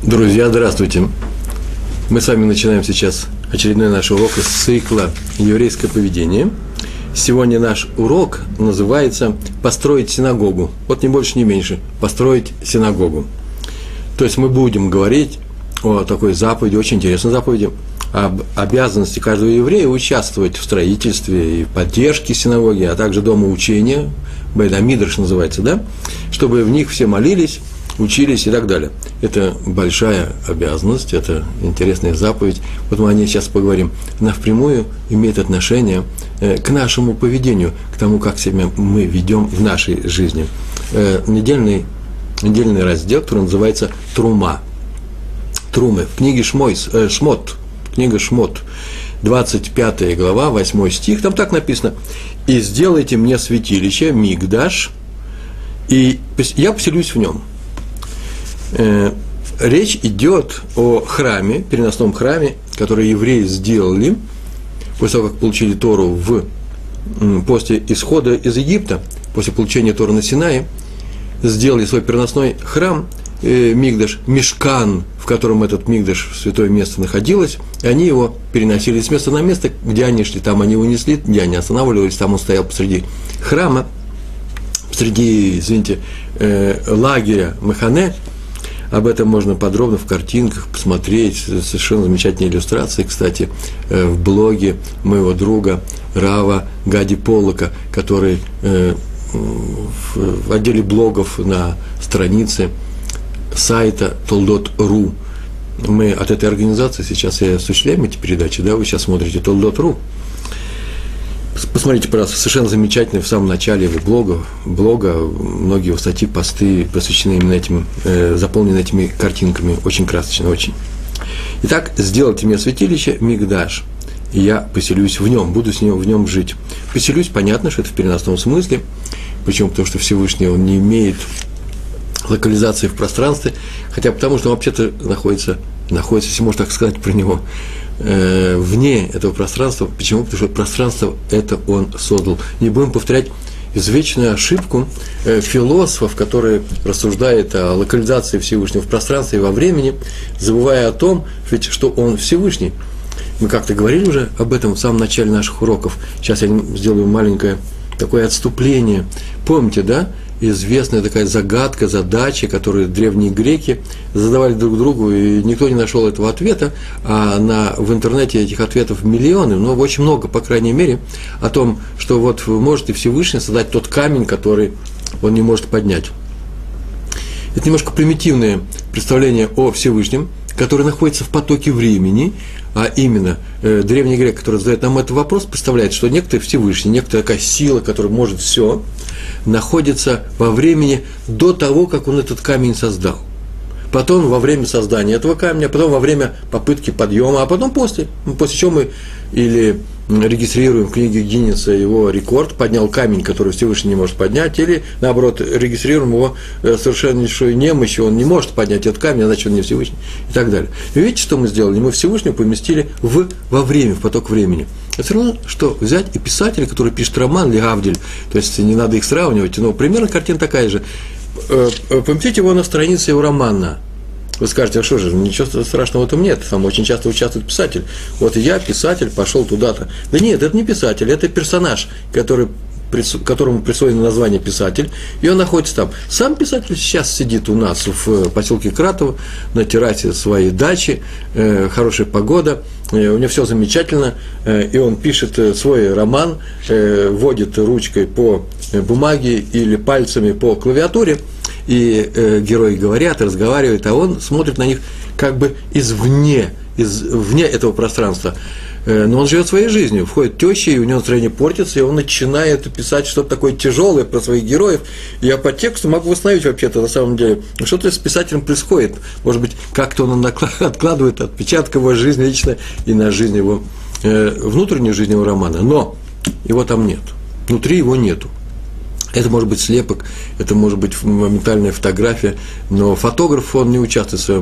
Друзья, здравствуйте! Мы с вами начинаем сейчас очередной наш урок из цикла «Еврейское поведение». Сегодня наш урок называется «Построить синагогу». Вот ни больше, ни меньше. «Построить синагогу». То есть мы будем говорить о такой заповеди, очень интересной заповеди, об обязанности каждого еврея участвовать в строительстве и поддержке синагоги, а также дома учения, Бейт-Мидраш называется, да, чтобы в них все молились, учились и так далее. Это большая обязанность, это интересная заповедь. Вот мы о ней сейчас поговорим. Она впрямую имеет отношение к нашему поведению, к тому, как себя мы ведем в нашей жизни. Недельный раздел, который называется «Трума». Трумы. В книге Шмот, книга Шмот, 25 глава, 8 стих, там так написано: «И сделайте мне святилище, мигдаш, и я поселюсь в нем». Речь идет о храме, переносном храме, который евреи сделали после того, как получили Тору после исхода из Египта, после получения Торы на Синае, сделали свой переносной храм, мигдаш, мишкан, в котором этот мигдаш, святое место, находилось, и они его переносили с места на место, где они шли, там они его несли, где они останавливались, там он стоял посреди храма, посреди, лагеря Махане. Об этом можно подробно в картинках посмотреть, совершенно замечательные иллюстрации, кстати, в блоге моего друга Рава Гади Полока, который в отделе блогов на странице сайта Толдот.ру. Мы от этой организации сейчас и осуществляем эти передачи, да, вы сейчас смотрите Толдот.ру. Посмотрите, пожалуйста, совершенно замечательно в самом начале блога многие его статьи, посты посвящены именно этим, заполнены этими картинками, очень красочно, очень. Итак, сделайте мне святилище, мигдаш, и я поселюсь в нем, буду в нем жить. Поселюсь, понятно, что это в переносном смысле, почему? Потому что Всевышний, он не имеет локализации в пространстве, хотя потому что он вообще-то находится, если можно так сказать про него, вне этого пространства. Почему? Потому что пространство это он создал. Не будем повторять извечную ошибку философов, которые рассуждают о локализации Всевышнего в пространстве и во времени, забывая о том, ведь, что он Всевышний. Мы как-то говорили уже об этом в самом начале наших уроков. Сейчас я сделаю маленькое такое отступление. Помните, да? Известная такая загадка, задача, которую древние греки задавали друг другу, и никто не нашел этого ответа, а в интернете этих ответов миллионы, но очень много, по крайней мере, о том, что вот может и Всевышний создать тот камень, который он не может поднять. Это немножко примитивное представление о Всевышнем, который находится в потоке времени, а именно древний грек, который задает нам этот вопрос, представляет, что некто Всевышний, некто такая сила, которая может все, находится во времени до того, как он этот камень создал. Потом во время создания этого камня, потом во время попытки подъема, а потом после чего мы или регистрируем в книге Гиннеса его рекорд, поднял камень, который Всевышний не может поднять, или, наоборот, регистрируем его совершеннейшую немощь, он не может поднять этот камень, иначе он не Всевышний, и так далее. И видите, что мы сделали? Мы Всевышнего поместили во время, в поток времени. Это все равно, что взять и писателя, который пишет роман Легавдель, то есть не надо их сравнивать, но примерно картина такая же. Поместите его на странице его романа. Вы скажете, а что же, ничего страшного в этом нет, там очень часто участвует писатель. Вот я, писатель, пошел туда-то. Да нет, это не писатель, это персонаж, которому присвоено название писатель, и он находится там. Сам писатель сейчас сидит у нас в поселке Кратово, на террасе своей дачи, хорошая погода, у него все замечательно, и он пишет свой роман, водит ручкой по бумаге или пальцами по клавиатуре, и герои говорят, разговаривают, а он смотрит на них как бы вне этого пространства. Но он живет своей жизнью, входит теща, и у него настроение портится, и он начинает писать что-то такое тяжелое про своих героев. Я по тексту могу восстановить вообще-то на самом деле, что-то с писателем происходит. Может быть, как-то он откладывает отпечаток его жизни лично и на жизнь его, внутреннюю жизнь его романа. Но его там нет, внутри его нету. Это может быть слепок, это может быть моментальная фотография, но фотограф, он не участвует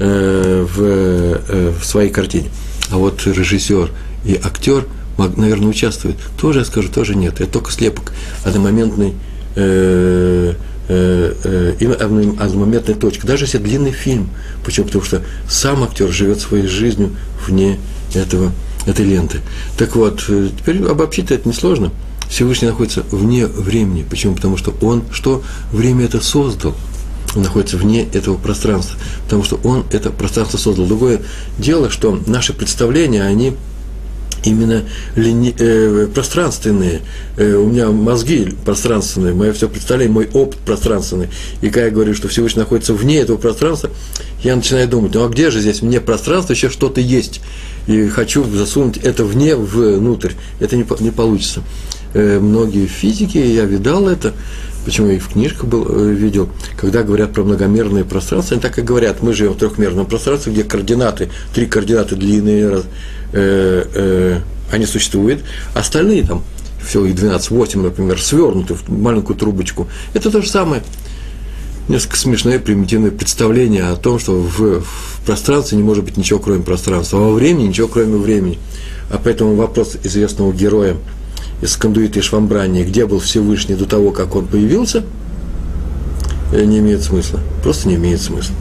в своей картине. А вот режиссер и актер, наверное, участвуют. Тоже, я скажу, тоже нет. Это только слепок, одномоментный одномоментная точка. Даже если длинный фильм. Почему? Потому что сам актер живет своей жизнью вне этой ленты. Так вот, теперь обобщить это несложно. Всевышний находится вне времени. Почему? Потому что он время это создал. Он находится вне этого пространства. Потому что он это пространство создал. Другое дело, что наши представления, они именно пространственные. У меня мозги пространственные, мое все представление, мой опыт пространственный. И когда я говорю, что Всевышний находится вне этого пространства, я начинаю думать, ну а где же здесь вне пространства еще что-то есть? И хочу засунуть это внутрь. Это не получится. Многие физики, я видал это, почему я и в книжках видел, когда говорят про многомерные пространства, они так и говорят, мы живем в трехмерном пространстве, где три координаты длинные, они существуют, остальные там, всего их 12, 8, например, свернуты в маленькую трубочку. Это то же самое, несколько смешное, примитивное представление о том, что в пространстве не может быть ничего, кроме пространства, а во времени ничего, кроме времени. А поэтому вопрос известного героя из Кондуита и Швамбрани, где был Всевышний до того, как он появился, не имеет смысла, просто не имеет смысла.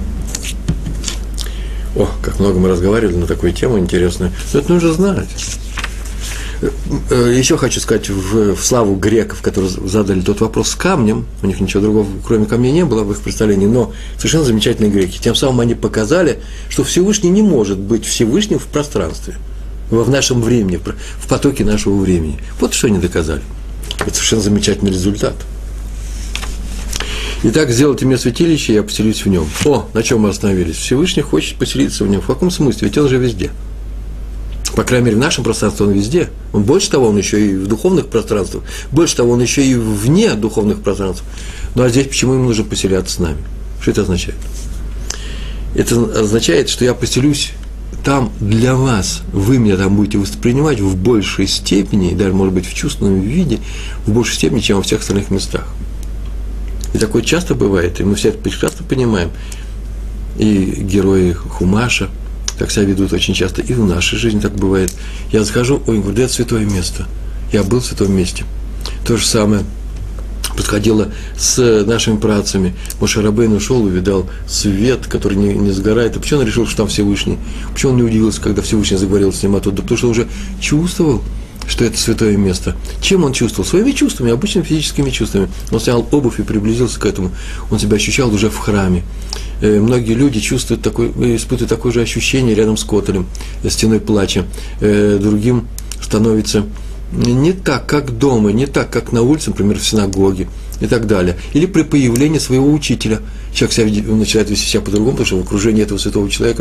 О, как много мы разговаривали на такую тему интересную. Но это нужно знать. Еще хочу сказать в славу греков, которые задали тот вопрос с камнем. У них ничего другого, кроме камней, не было в их представлении. Но совершенно замечательные греки. Тем самым они показали, что Всевышний не может быть Всевышним в пространстве, в нашем времени, в потоке нашего времени. Вот что они доказали. Это совершенно замечательный результат. Итак, сделайте мне святилище, я поселюсь в нем. О, на чем мы остановились? Всевышний хочет поселиться в нем. В каком смысле? Ведь он же везде. По крайней мере, в нашем пространстве он везде. Он больше того, он еще и в духовных пространствах. Больше того, он еще и вне духовных пространств. Ну а здесь почему ему нужно поселяться с нами? Что это означает? Это означает, что я поселюсь там для вас. Вы меня там будете воспринимать в большей степени, даже, может быть, в чувственном виде, в большей степени, чем во всех остальных местах. И такое часто бывает, и мы все это прекрасно понимаем. И герои Хумаша так себя ведут очень часто, и в нашей жизни так бывает. Я захожу, ой, говорю, да это святое место. Я был в святом месте. То же самое происходило с нашими працами. Моше Рабейну ушел, увидал свет, который не сгорает. А почему он решил, что там Всевышний? Почему он не удивился, когда Всевышний заговорил с ним оттуда? Да потому что он уже чувствовал, что это святое место. Чем он чувствовал? Своими чувствами, обычными физическими чувствами. Он снял обувь и приблизился к этому. Он себя ощущал уже в храме. Многие люди испытывают такое же ощущение рядом с Котелем, стеной плача. Другим становится не так, как дома, не так, как на улице, например, в синагоге и так далее. Или при появлении своего учителя. Человек начинает вести себя по-другому, потому что в окружении этого святого человека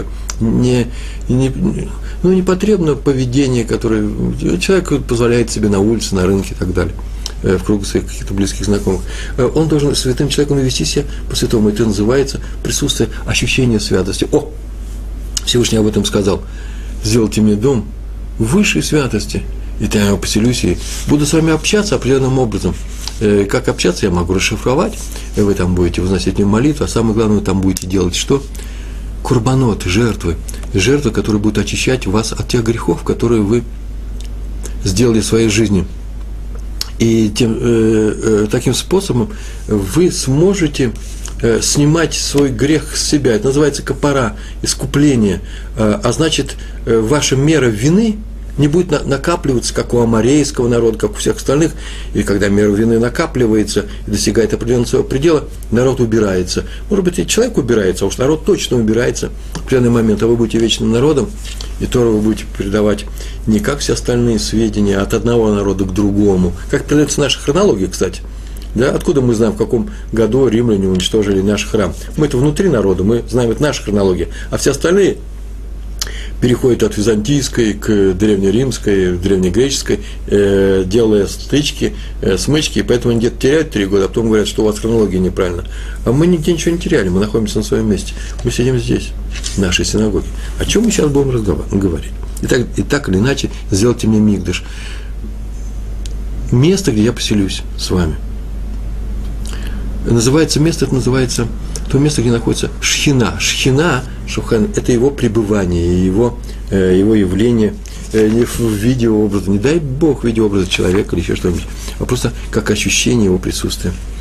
непотребно поведение, которое человек позволяет себе на улице, на рынке и так далее, в кругу своих каких-то близких знакомых. Он должен святым человеком вести себя по-святому. Это называется присутствие, ощущение святости. О! Всевышний об этом сказал. Сделайте мне дом высшей святости, и там я поселюсь и буду с вами общаться определенным образом. Как общаться, я могу расшифровать. Вы там будете возносить мне молитву, а самое главное, вы там будете делать что? Курбанот, жертвы, которые будут очищать вас от тех грехов, которые вы сделали в своей жизни. И таким способом вы сможете снимать свой грех с себя. Это называется капара, искупление. А значит, ваша мера вины не будет накапливаться, как у аморейского народа, как у всех остальных. И когда мера вины накапливается и достигает определенного своего предела, народ убирается. Может быть, и человек убирается, а уж народ точно убирается в определенный момент. А вы будете вечным народом, и Тору вы будете передавать не как все остальные сведения от одного народа к другому. Как передается наша хронология, кстати. Да? Откуда мы знаем, в каком году римляне уничтожили наш храм? Мы-то внутри народа, мы знаем, это наша хронология. А все остальные переходят от византийской к древнеримской, древнегреческой, делая стычки, смычки, и поэтому они где-то теряют 3 года, а потом говорят, что у вас хронология неправильна. А мы нигде ничего не теряли, мы находимся на своем месте. Мы сидим здесь, в нашей синагоге. О чем мы сейчас будем говорить? И так или иначе, сделайте мне микдаш. Место, где я поселюсь с вами. Место это называется то место, где находится Шхина. Шхина, Шухан, это его пребывание, его явление не в виде образа, не дай Бог в виде образа человека или еще что-нибудь, а просто как ощущение его присутствия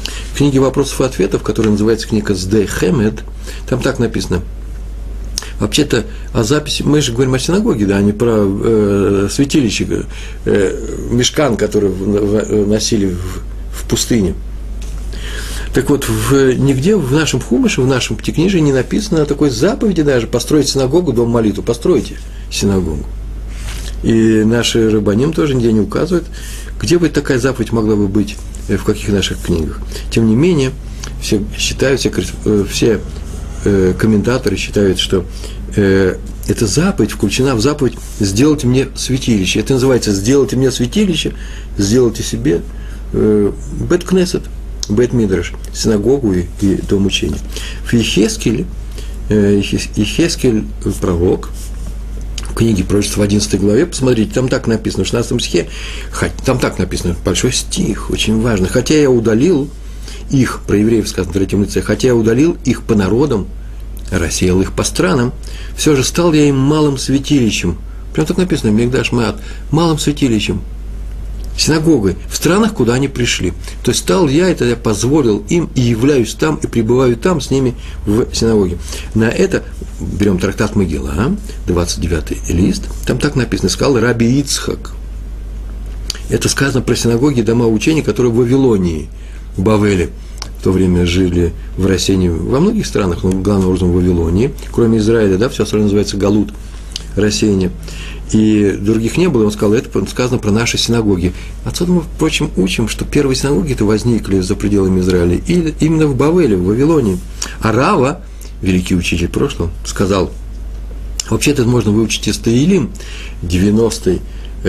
В книге «Вопросов и ответов», которая называется книга «Сдей Хемед», там так написано. Вообще-то о записи, мы же говорим о синагоге, да, а не про святилище, мишкан, который носили в пустыне. Так вот, нигде в нашем хумаше, в нашем пятикнижии не написано о такой заповеди даже построить синагогу, дом молитвы. Постройте синагогу. И наши рабаним тоже нигде не указывают, где бы такая заповедь могла бы быть, в каких наших книгах. Тем не менее, все считают, все комментаторы считают, что эта заповедь включена в заповедь «сделайте мне святилище». Это называется «сделайте мне святилище», «сделайте себе бет-кнесет», бет-мидраш, синагогу и дом учения. В Ехескеле, Ехескель пророк, в книге пророчества в 11 главе, посмотрите, там так написано, в 16 стихе, там так написано, большой стих, очень важно. «Хотя я удалил их», про евреев сказано в третьем лице, «хотя я удалил их по народам, рассеял их по странам, все же стал я им малым святилищем». Прям так написано, Мигдаш Маат, малым святилищем, синагогой, в странах, куда они пришли. То есть стал я, это я позволил им, и являюсь там, и пребываю там с ними в синагоге. На это берем трактат Мегила, 29 лист, там так написано, сказал Раби Ицхак. Это сказано про синагоги и дома учения, которые в Вавилонии, в Бавеле, в то время жили в рассеянии во многих странах, но главным образом в Вавилонии, кроме Израиля, да, все остальное называется галут, рассеяние. И других не было, он сказал, это сказано про наши синагоги. Отсюда мы, впрочем, учим, что первые синагоги-то возникли за пределами Израиля, и именно в Бавеле, в Вавилонии. А Рава, великий учитель прошлого, сказал, вообще-то это можно выучить из Таилим, 90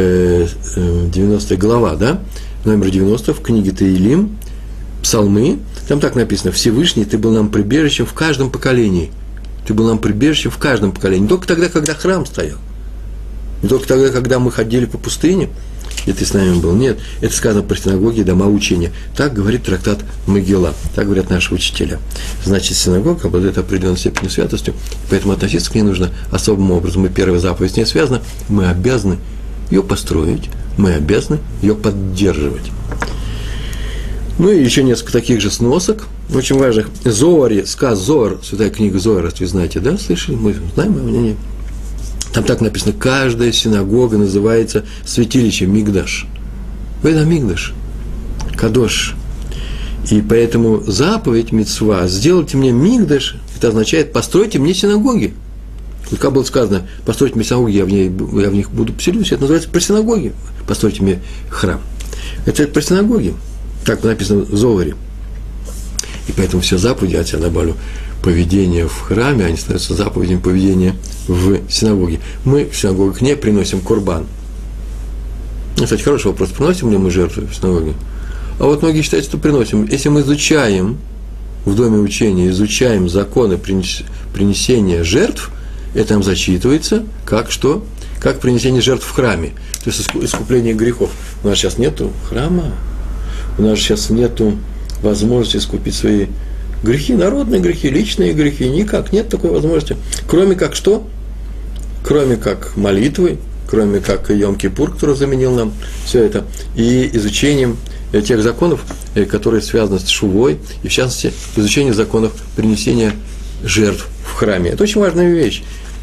глава, да, номер 90 в книге Таилим, Псалмы, там так написано, Всевышний, ты был нам прибежищем в каждом поколении. Ты был нам прибежищем в каждом поколении. Не только тогда, когда храм стоял. Не только тогда, когда мы ходили по пустыне, и ты с нами был. Нет, это сказано про синагоги и дома учения. Так говорит трактат Мегила, так говорят наши учителя. Значит, синагога обладает определенной степенью святостью, поэтому относиться к ней нужно особым образом. И первая заповедь с ней связана, мы обязаны ее построить, мы обязаны ее поддерживать. Ну и еще несколько таких же сносок, очень важных. Зоаре, сказ Зоар, святая книга Зоар, раз вы знаете, да, слышали, мы знаем о мнении. Там так написано, каждая синагога называется святилищем Мигдаш. Это Мигдаш, Кадош. И поэтому заповедь мицва «сделайте мне Мигдаш», это означает «постройте мне синагоги». Вот как было сказано, «постройте мне синагоги, я в них буду поселюсь», это называется про синагоги, «постройте мне храм». Это про синагоги, так написано в Зоаре. И поэтому все заповеди, я тебя добавлю, поведение в храме, они становятся заповедями поведения в синагоге. Мы в синагогах не приносим курбан. Кстати, хороший вопрос, приносим ли мы жертвы в синагоге? А вот многие считают, что приносим. Если мы изучаем в доме учения, изучаем законы принесения жертв, это нам зачитывается как что? Как принесение жертв в храме. То есть искупление грехов. У нас сейчас нету храма, у нас сейчас нету возможности искупить свои грехи, народные грехи, личные грехи, никак, нет такой возможности. Кроме как что? Кроме как молитвы, кроме как Йом-Кипур, который заменил нам все это, и изучением тех законов, которые связаны с шувой, и в частности, изучение законов принесения жертв в храме. Это очень важная вещь.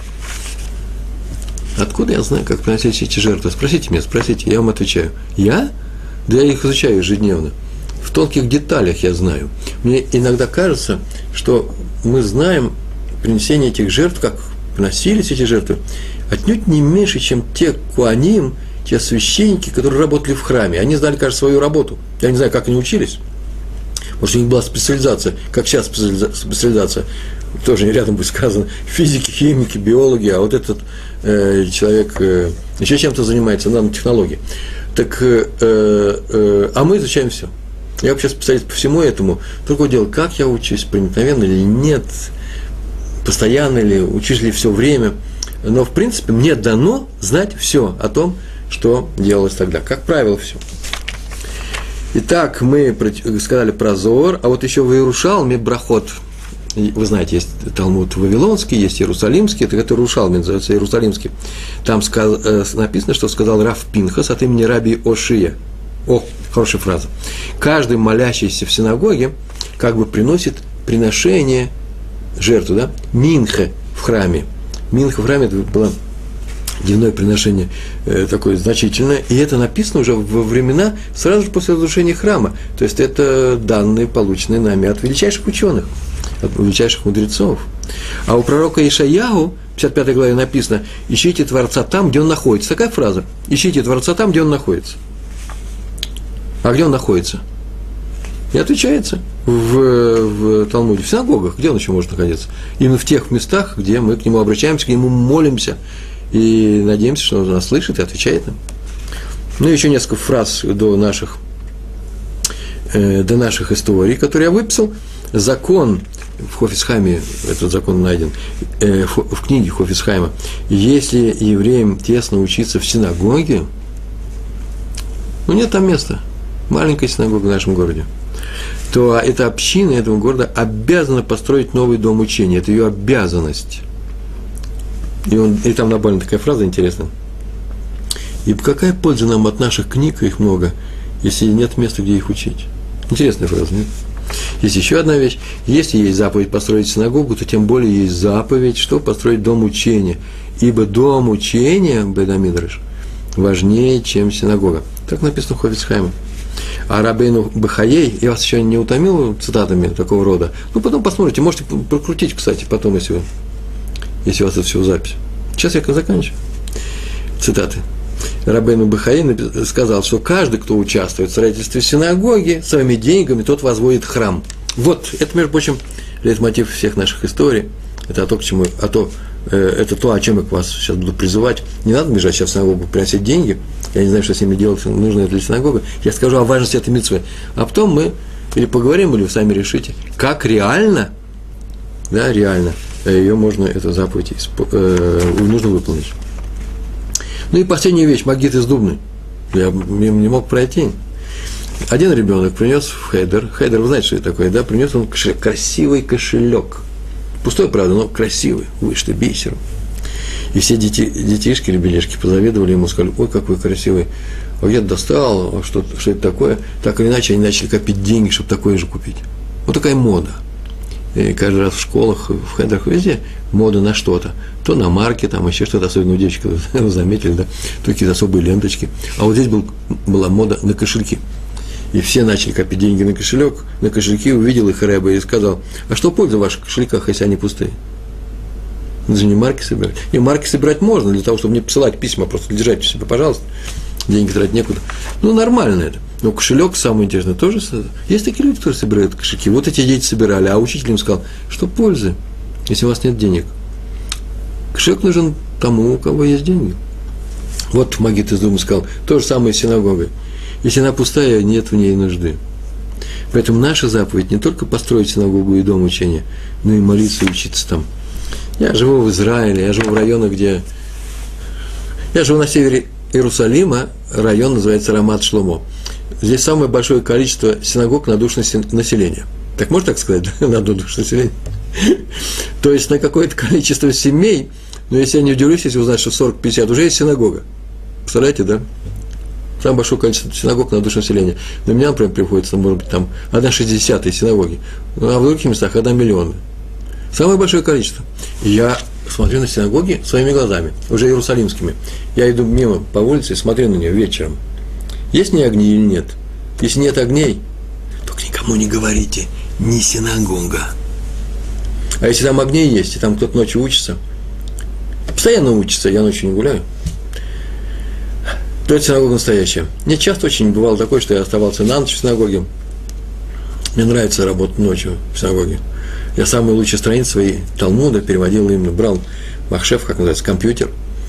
Откуда я знаю, как приносить эти жертвы? Спросите меня, спросите, я вам отвечаю. Я? Да я их изучаю ежедневно. В тонких деталях я знаю. Мне иногда кажется, что мы знаем принесение этих жертв, как приносились эти жертвы, отнюдь не меньше, чем те куаним, те священники, которые работали в храме. Они знали, кажется, свою работу. Я не знаю, как они учились. Может, у них была специализация, как сейчас специализация. Тоже рядом будет сказано, физики, химики, биологи, а вот этот человек еще чем-то занимается, нанотехнологией. Так, а мы изучаем все. Я вообще специалист по всему этому. Другое дело, как я учусь, проникновенно или нет, постоянно ли, учусь ли все время. Но, в принципе, мне дано знать все о том, что делалось тогда. Как правило, все. Итак, мы сказали про Зоар, а вот еще в Иерушалме брахот. Вы знаете, есть Талмуд Вавилонский, есть Иерусалимский, это Иерушалме, называется Иерусалимский. Там написано, что сказал Рав Пинхас от имени Раби Ошия. Хорошая фраза. Каждый молящийся в синагоге как бы приносит приношение, жертву, да, минха в храме. Минха в храме – это было дневное приношение такое значительное, и это написано уже во времена сразу же после разрушения храма. То есть это данные, полученные нами от величайших ученых, от величайших мудрецов. А у пророка Ишаяху в 55 главе написано: «Ищите Творца там, где он находится». Такая фраза: «Ищите Творца там, где он находится». А где он находится? И отвечается в Талмуде, в синагогах. Где он еще может находиться? Именно в тех местах, где мы к нему обращаемся, к нему молимся и надеемся, что он нас слышит и отвечает нам. Ну, еще несколько фраз до наших историй, которые я выписал. Закон в Хофицхайме, этот закон найден, в книге Хофицхайма: если евреям тесно учиться в синагоге, нет там места, маленькая синагога в нашем городе, то эта община этого города обязана построить новый дом учения, это ее обязанность. И там добавлена такая фраза интересная: «Ибо какая польза нам от наших книг, их много, если нет места, где их учить?» Интересная фраза, нет? Есть еще одна вещь. Если есть заповедь построить синагогу, то тем более есть заповедь, что построить дом учения. Ибо дом учения, Бейт-Мидраш, важнее, чем синагога. Так написано в Хофицхайме. А Рабейну Бахаей, я вас еще не утомил цитатами такого рода, потом посмотрите, можете прокрутить, кстати, потом, если у вас это все в запись. Сейчас я заканчиваю. Цитаты. Рабейну Бахаей сказал, что каждый, кто участвует в строительстве синагоги, своими деньгами, тот возводит храм. Вот, это, между прочим, лейтмотив всех наших историй. Это это то, о чем я к вас сейчас буду призывать. Не надо бежать сейчас в синагогу, приносить деньги. Я не знаю, что с ними делать, нужно это для синагоги. Я скажу о важности этой мицвы. А потом мы или поговорим, или вы сами решите, как реально, ее можно, эту заповедь, нужно выполнить. Ну и последняя вещь, магит из Дубны. Я не мог пройти. Один ребенок принес в хейдер, вы знаете, что это такое, да, принес он красивый кошелек. Пустой, правда, но красивый, вышитый бисером. И все детишки, ребятишки позавидовали ему, сказали: ой, какой красивый. А я достал, что это такое? Так или иначе, они начали копить деньги, чтобы такое же купить. Вот такая мода. И каждый раз в школах, в хедерах, везде мода на что-то. То на марки, там еще что-то, особенно у девочек, вы заметили, да, то какие-то особые ленточки. А вот здесь была мода на кошельки. И все начали копить деньги на кошельки, увидел их Ребе и сказал: а что польза в ваших кошельках, если они пустые? Надо же не марки собирать. И марки собирать можно, для того, чтобы не посылать письма, просто держать у себя, пожалуйста. Деньги тратить некуда. Нормально это. Но кошелек, самое интересное, тоже. Есть такие люди, которые собирают кошельки. Вот эти дети собирали, а учитель им сказал: что пользы, если у вас нет денег? Кошелек нужен тому, у кого есть деньги. Вот Магит из Думы сказал: то же самое с синагогой. Если она пустая, нет в ней нужды. Поэтому наша заповедь не только построить синагогу и дом учения, но и молиться и учиться там. Я живу в Израиле, я живу в районах, где... Я живу на севере Иерусалима, район называется Рамат-Шломо. Здесь самое большое количество синагог на душу населения. Так можно так сказать, на одну душу населения? То есть на какое-то количество семей, но если я не удивлюсь, если узнать, что 40-50, уже есть синагога. Представляете, да? Самое большое количество синагог на душу населения. На меня, например, приходится, может быть, там 1/60 синагоги, а в других местах 1 миллион. Самое большое количество. И я смотрю на синагоги своими глазами, уже иерусалимскими. Я иду мимо по улице и смотрю на нее вечером. Есть в ней огни или нет? Если нет огней, только никому не говорите, не синагога. А если там огни есть, и там кто-то ночью учится, постоянно учится, я ночью не гуляю, то это синагога настоящая. Мне часто очень бывало такое, что я оставался на ночь в синагоге. Мне нравится работать ночью в синагоге. Я самые лучшие страницы свои Талмуда переводил именно, брал махшев, как называется, компьютер,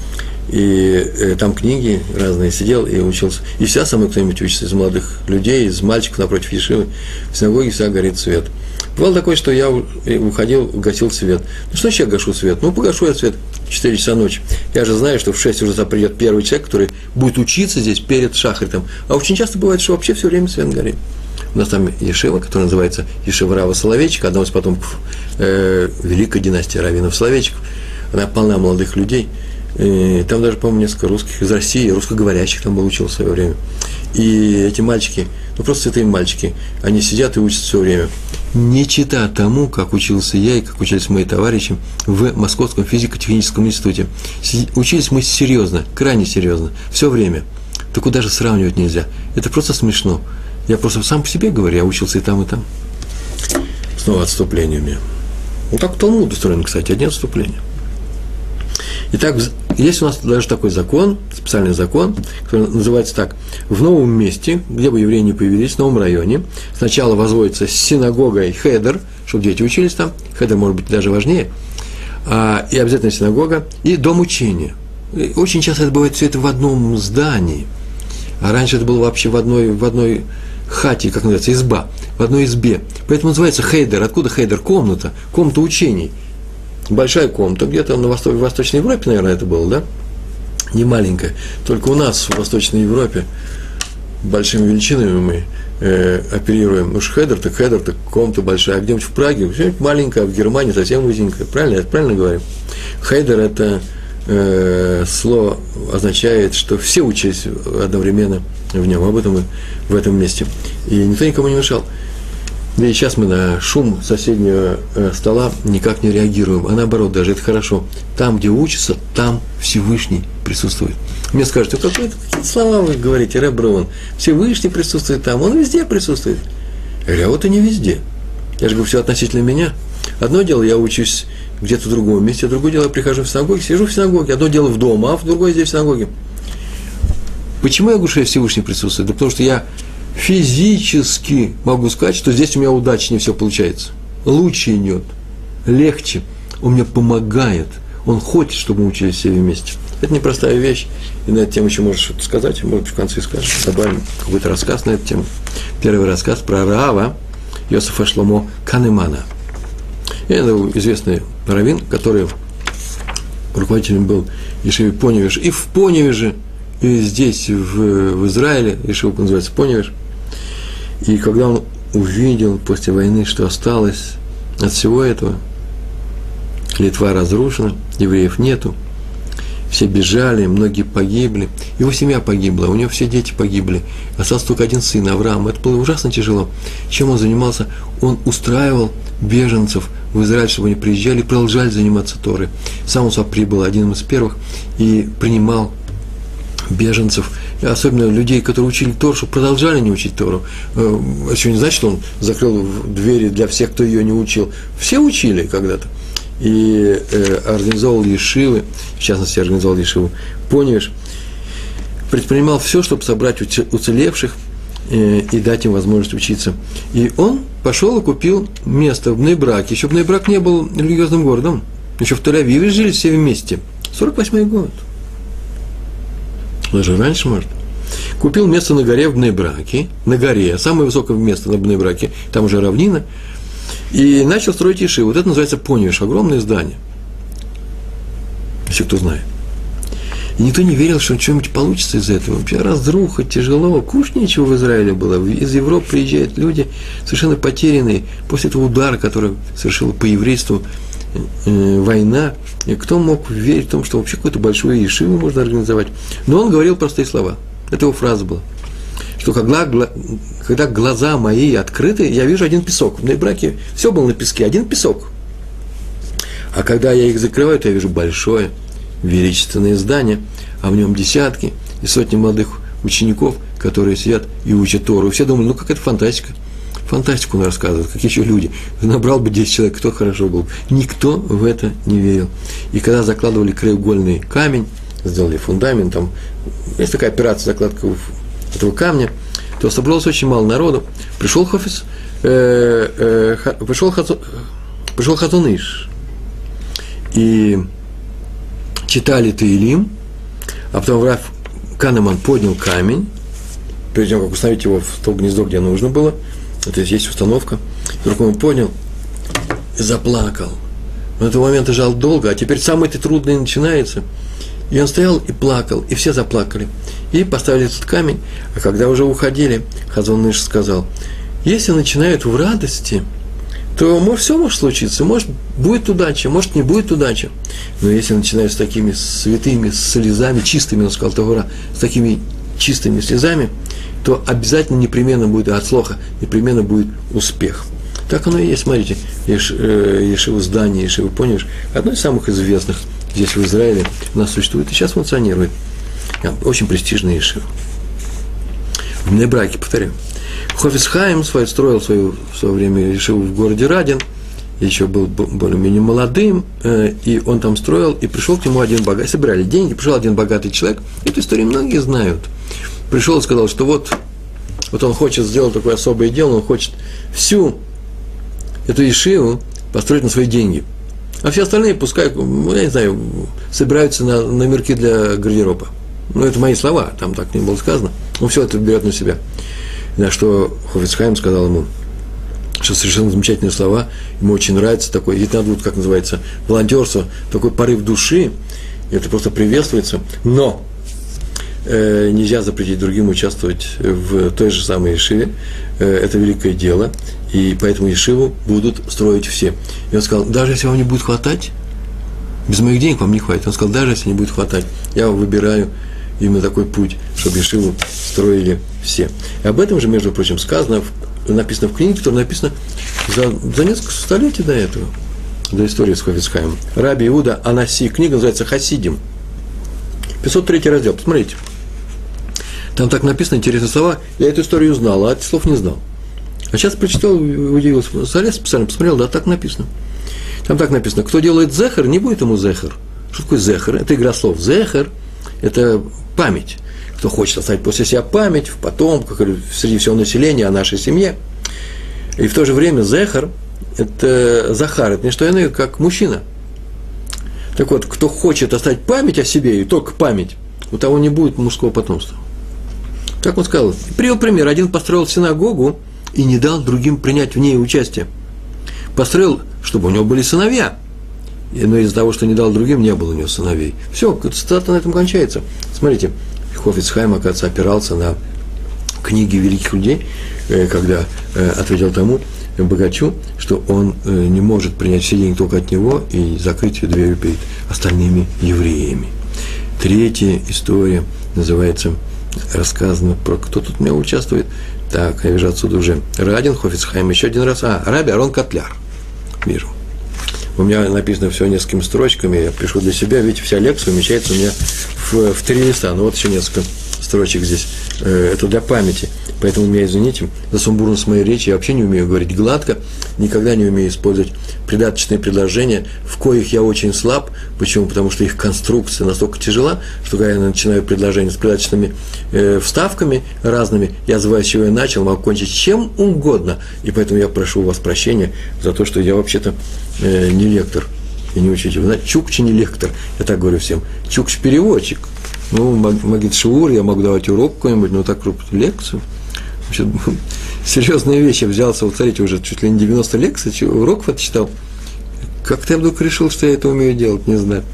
и там книги разные, сидел и учился. И всегда со мной кто-нибудь учится из молодых людей, из мальчиков напротив ешивы. В синагоге всегда горит свет. Бывало такое, что я уходил, гасил свет. Ну, что значит я гашу свет? Погашу я свет в 4 часа ночи. Я же знаю, что в 6 уже придет первый человек, который будет учиться здесь перед шахритом. А очень часто бывает, что вообще все время свет горит. У нас там ешива, которая называется Ешива Рава Соловейчика, одного из потомков великой династии раввинов Соловейчиков. Она полна молодых людей. Там даже, по-моему, несколько русских из России, русскоговорящих там был, учил в свое время. И эти мальчики, просто святые мальчики, они сидят и учатся все время. Не чита тому, как учился я и как учились мои товарищи в Московском физико-техническом институте. Учились мы серьезно, крайне серьезно, все время. Так даже сравнивать нельзя. Это просто смешно. Я просто сам по себе говорю, я учился и там, и там. Снова отступление у меня. Так Талмуд устроен, кстати, одни отступления. Итак, есть у нас даже такой закон, специальный закон, который называется так. В новом месте, где бы евреи не появились, в новом районе, сначала возводится синагога и хедер, чтобы дети учились там, хедер может быть даже важнее, и обязательно синагога, и дом учения. И очень часто это бывает все это в одном здании, а раньше это было вообще в одной хате, как называется, изба, в одной избе. Поэтому называется хейдер. Откуда хейдер? Комната учений. Большая комната, где-то в Восточной Европе, наверное, это было, да? Не маленькая. Только у нас в Восточной Европе большими величинами мы оперируем. Уж хейдер, так комната большая. А где-нибудь в Праге, что-нибудь маленькая, в Германии совсем узенькая. Правильно? Я правильно говорю? Хейдер – это слово означает, что все учились одновременно в нем, об этом в этом месте. И никто никому не мешал. Да и сейчас мы на шум соседнего стола никак не реагируем, а наоборот, даже это хорошо. Там, где учатся, там Всевышний присутствует. Мне скажут, какие слова вы говорите, Реб Браун, Всевышний присутствует там, он везде присутствует. Я говорю, а вот и не везде. Я же говорю, все относительно меня. Одно дело, я учусь где-то в другом месте, другое дело, я прихожу в синагогу, сижу в синагоге. Одно дело в дома, а другое здесь в синагоге. Почему я говорю, что я Всевышний присутствует? Да потому что я физически могу сказать, что здесь у меня удачнее все получается. Лучше идет, легче. Он мне помогает. Он хочет, чтобы мы учились все вместе. Это непростая вещь. И на эту тему еще можешь что-то сказать. Может быть, в конце скажешь. Добавим какой-то рассказ на эту тему. Первый рассказ про Раава Йосефа Шломо Канемана. Это известный раввин, который руководителем был Ешивы Поневеж. И в Поневеже, и здесь, в Израиле, Ешива называется Поневеж. И когда он увидел после войны, что осталось от всего этого, Литва разрушена, евреев нету, все бежали, многие погибли, его семья погибла, у него все дети погибли, остался только один сын, Авраам. Это было ужасно тяжело. Чем он занимался? Он устраивал беженцев в Израиль, чтобы они приезжали и продолжали заниматься Торой. Сам он сам прибыл одним из первых и принимал беженцев, особенно людей, которые учили Тору, чтобы продолжали не учить Тору. Это еще не значит, что он закрыл двери для всех, кто ее не учил. Все учили когда-то. И организовал ешивы, в частности, организовал ешиву Поневеж, предпринимал все, чтобы собрать уцелевших и дать им возможность учиться. И он пошел и купил место в Бней-Браке. Еще Бней-Брак не был религиозным городом. Еще в Тель-Авиве жили все вместе. 48-й год. Даже раньше, может. Купил место на горе в Бней-Браке. На горе, самое высокое место на Бней-Браке. Там уже равнина. И начал строить ешиву. Вот это называется Поневеж, огромное здание. Если кто знает. И никто не верил, что что-нибудь получится из этого. Вообще разруха, тяжело, кушать нечего в Израиле было. Из Европы приезжают люди, совершенно потерянные, после этого удара, который совершила по еврейству война. И кто мог верить в том, что вообще какую-то большую ешиву можно организовать? Но он говорил простые слова. Это его фраза была. Что когда глаза мои открыты, я вижу один песок. В Бней-Браке все было на песке, один песок. А когда я их закрываю, то я вижу большое, величественное здание, а в нем десятки и сотни молодых учеников, которые сидят и учат Тору. И все думали, ну какая-то фантастика. Фантастику он рассказывает, как еще люди. Набрал бы 10 человек, кто хорошо был. Никто в это не верил. И когда закладывали краеугольный камень, сделали фундамент, там есть такая операция, закладка этого камня, то собралось очень мало народу. Пришел Хазон Иш. И читали Теилим, а потом Рав Канеман поднял камень, перед тем, как установить его в то гнездо, где нужно было. То есть есть установка. Вдруг он понял и заплакал. Он этого момента жал долго, а теперь самое это трудное начинается. И он стоял и плакал, и все заплакали. И поставили этот камень, а когда уже уходили, Хазон Иш сказал, если начинают в радости, то все может случиться. Может, будет удача, может, не будет удача. Но если начинаешь с такими святыми слезами, чистыми, он сказал Тора, с такими чистыми слезами, то обязательно непременно будет от слоха, непременно будет успех. Так оно и есть, смотрите, Ешива здание, Ешива Поневиш, одно из самых известных здесь в Израиле у нас существует и сейчас функционирует. Очень престижная Ешива. В Мнебраке, повторю. Хофец Хаим строил в свое время Ешиву в городе Радин, еще был более-менее молодым, и он там строил, и пришел к нему один богатый, собирали деньги, пришел один богатый человек, эту историю многие знают. Пришел и сказал, что вот он хочет сделать такое особое дело, он хочет всю эту Ешиву построить на свои деньги. А все остальные пускай, я не знаю, собираются на номерки для гардероба. Это мои слова, там так не было сказано. Он все это берет на себя. На что Хофец Хаим сказал ему, что совершенно замечательные слова, ему очень нравится такой, ведь надо, как называется, волонтерство, такой порыв души, это просто приветствуется, но нельзя запретить другим участвовать в той же самой Ешиве, это великое дело, и поэтому Ешиву будут строить все. И он сказал, даже если вам не будет хватать, без моих денег вам не хватит, он сказал, даже если не будет хватать, я выбираю именно такой путь, чтобы Ешиву строили все. И об этом же, между прочим, сказано, написано в книге, которая написана за несколько столетий до этого, до истории с Хофец Хаимом. Раби Иуда Анаси, книга называется «Хасидим», 503 раздел, посмотрите. Там так написано, интересные слова, я эту историю знал, а этих слов не знал. А сейчас прочитал, удивился, залез специально, посмотрел, да, так написано. Там так написано, кто делает зехер, не будет ему зехер. Что такое зехер? Это игра слов. Зехер – это память. Кто хочет оставить после себя память в потомках или среди всего населения о нашей семье. И в то же время зехер – это захар, это не что иное, как мужчина. Так вот, кто хочет оставить память о себе, и только память, у того не будет мужского потомства. Так он сказал. Привел пример. Один построил синагогу и не дал другим принять в ней участие. Построил, чтобы у него были сыновья. Но из-за того, что не дал другим, не было у него сыновей. Все, цитата на этом кончается. Смотрите, Хофец Хаим, оказывается, опирался на книги великих людей, когда ответил тому богачу, что он не может принять все деньги только от него и закрыть дверь перед остальными евреями. Третья история называется, рассказано про кто тут у меня участвует. Так, я вижу отсюда уже Радин, Хофец Хаим, еще один раз. Раби Арон Котляр. Вижу. У меня написано все несколькими строчками, я пишу для себя, видите, вся лекция умещается у меня в 3 листа, ну вот еще несколько строчек здесь, это для памяти, поэтому меня извините за сумбурность моей речи, я вообще не умею говорить гладко, никогда не умею использовать придаточные предложения, в коих я очень слаб, почему? Потому что их конструкция настолько тяжела, что когда я начинаю предложение с придаточными вставками разными, я забываю, с чего я начал, могу кончить чем угодно, и поэтому я прошу у вас прощения за то, что я вообще-то не лектор, и не учитель. Вы знаете, Чукчи не лектор, я так говорю всем. Чукчи переводчик. Ну, магит шиур, я могу давать урок какой-нибудь, но так крупную лекцию. Вообще, серьезные вещи. Я взялся, вот смотрите, уже чуть ли не 90 лекций, уроков отчитал. Как-то я вдруг решил, что я это умею делать, не знаю.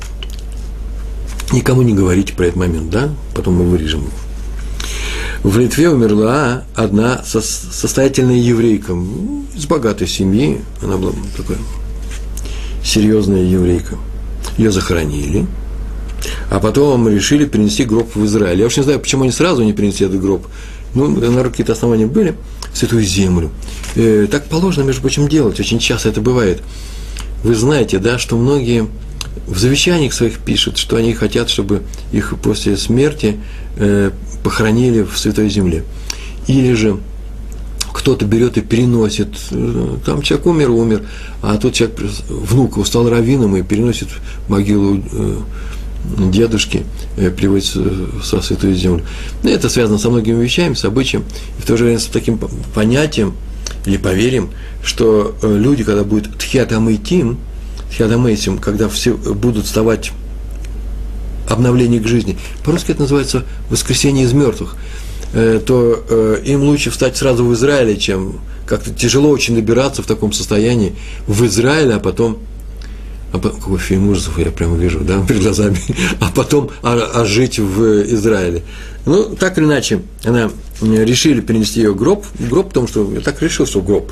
Никому не говорите про этот момент, да? Потом мы вырежем его. В Литве умерла одна состоятельная еврейка из богатой семьи. Она была такой серьезная еврейка. Ее захоронили, а потом решили перенести гроб в Израиль. Я уж не знаю, почему они сразу не перенесли этот гроб. Ну, наверное, какие-то основания были, в Святую Землю. Так положено, между прочим, делать. Очень часто это бывает. Вы знаете, да, что многие в завещаниях своих пишут, что они хотят, чтобы их после смерти похоронили в Святой Земле. Или же кто-то берет и переносит, там человек умер, а тот человек, внук, стал раввином и переносит могилу дедушки, приводит со Святую Землю. Это связано со многими вещами, с обычаем, и в то же время с таким понятием или поверьем, что люди, когда будет тхиат амейтим, когда все будут вставать обновление к жизни, по-русски это называется воскресение из мертвых, то им лучше встать сразу в Израиле, чем как-то тяжело очень добираться в таком состоянии в Израиле, а потом какой фильм ужасов я прямо вижу, да, перед глазами, а потом жить в Израиле. Ну, так или иначе, она решили перенести ее гроб, потому что я так решил, что гроб,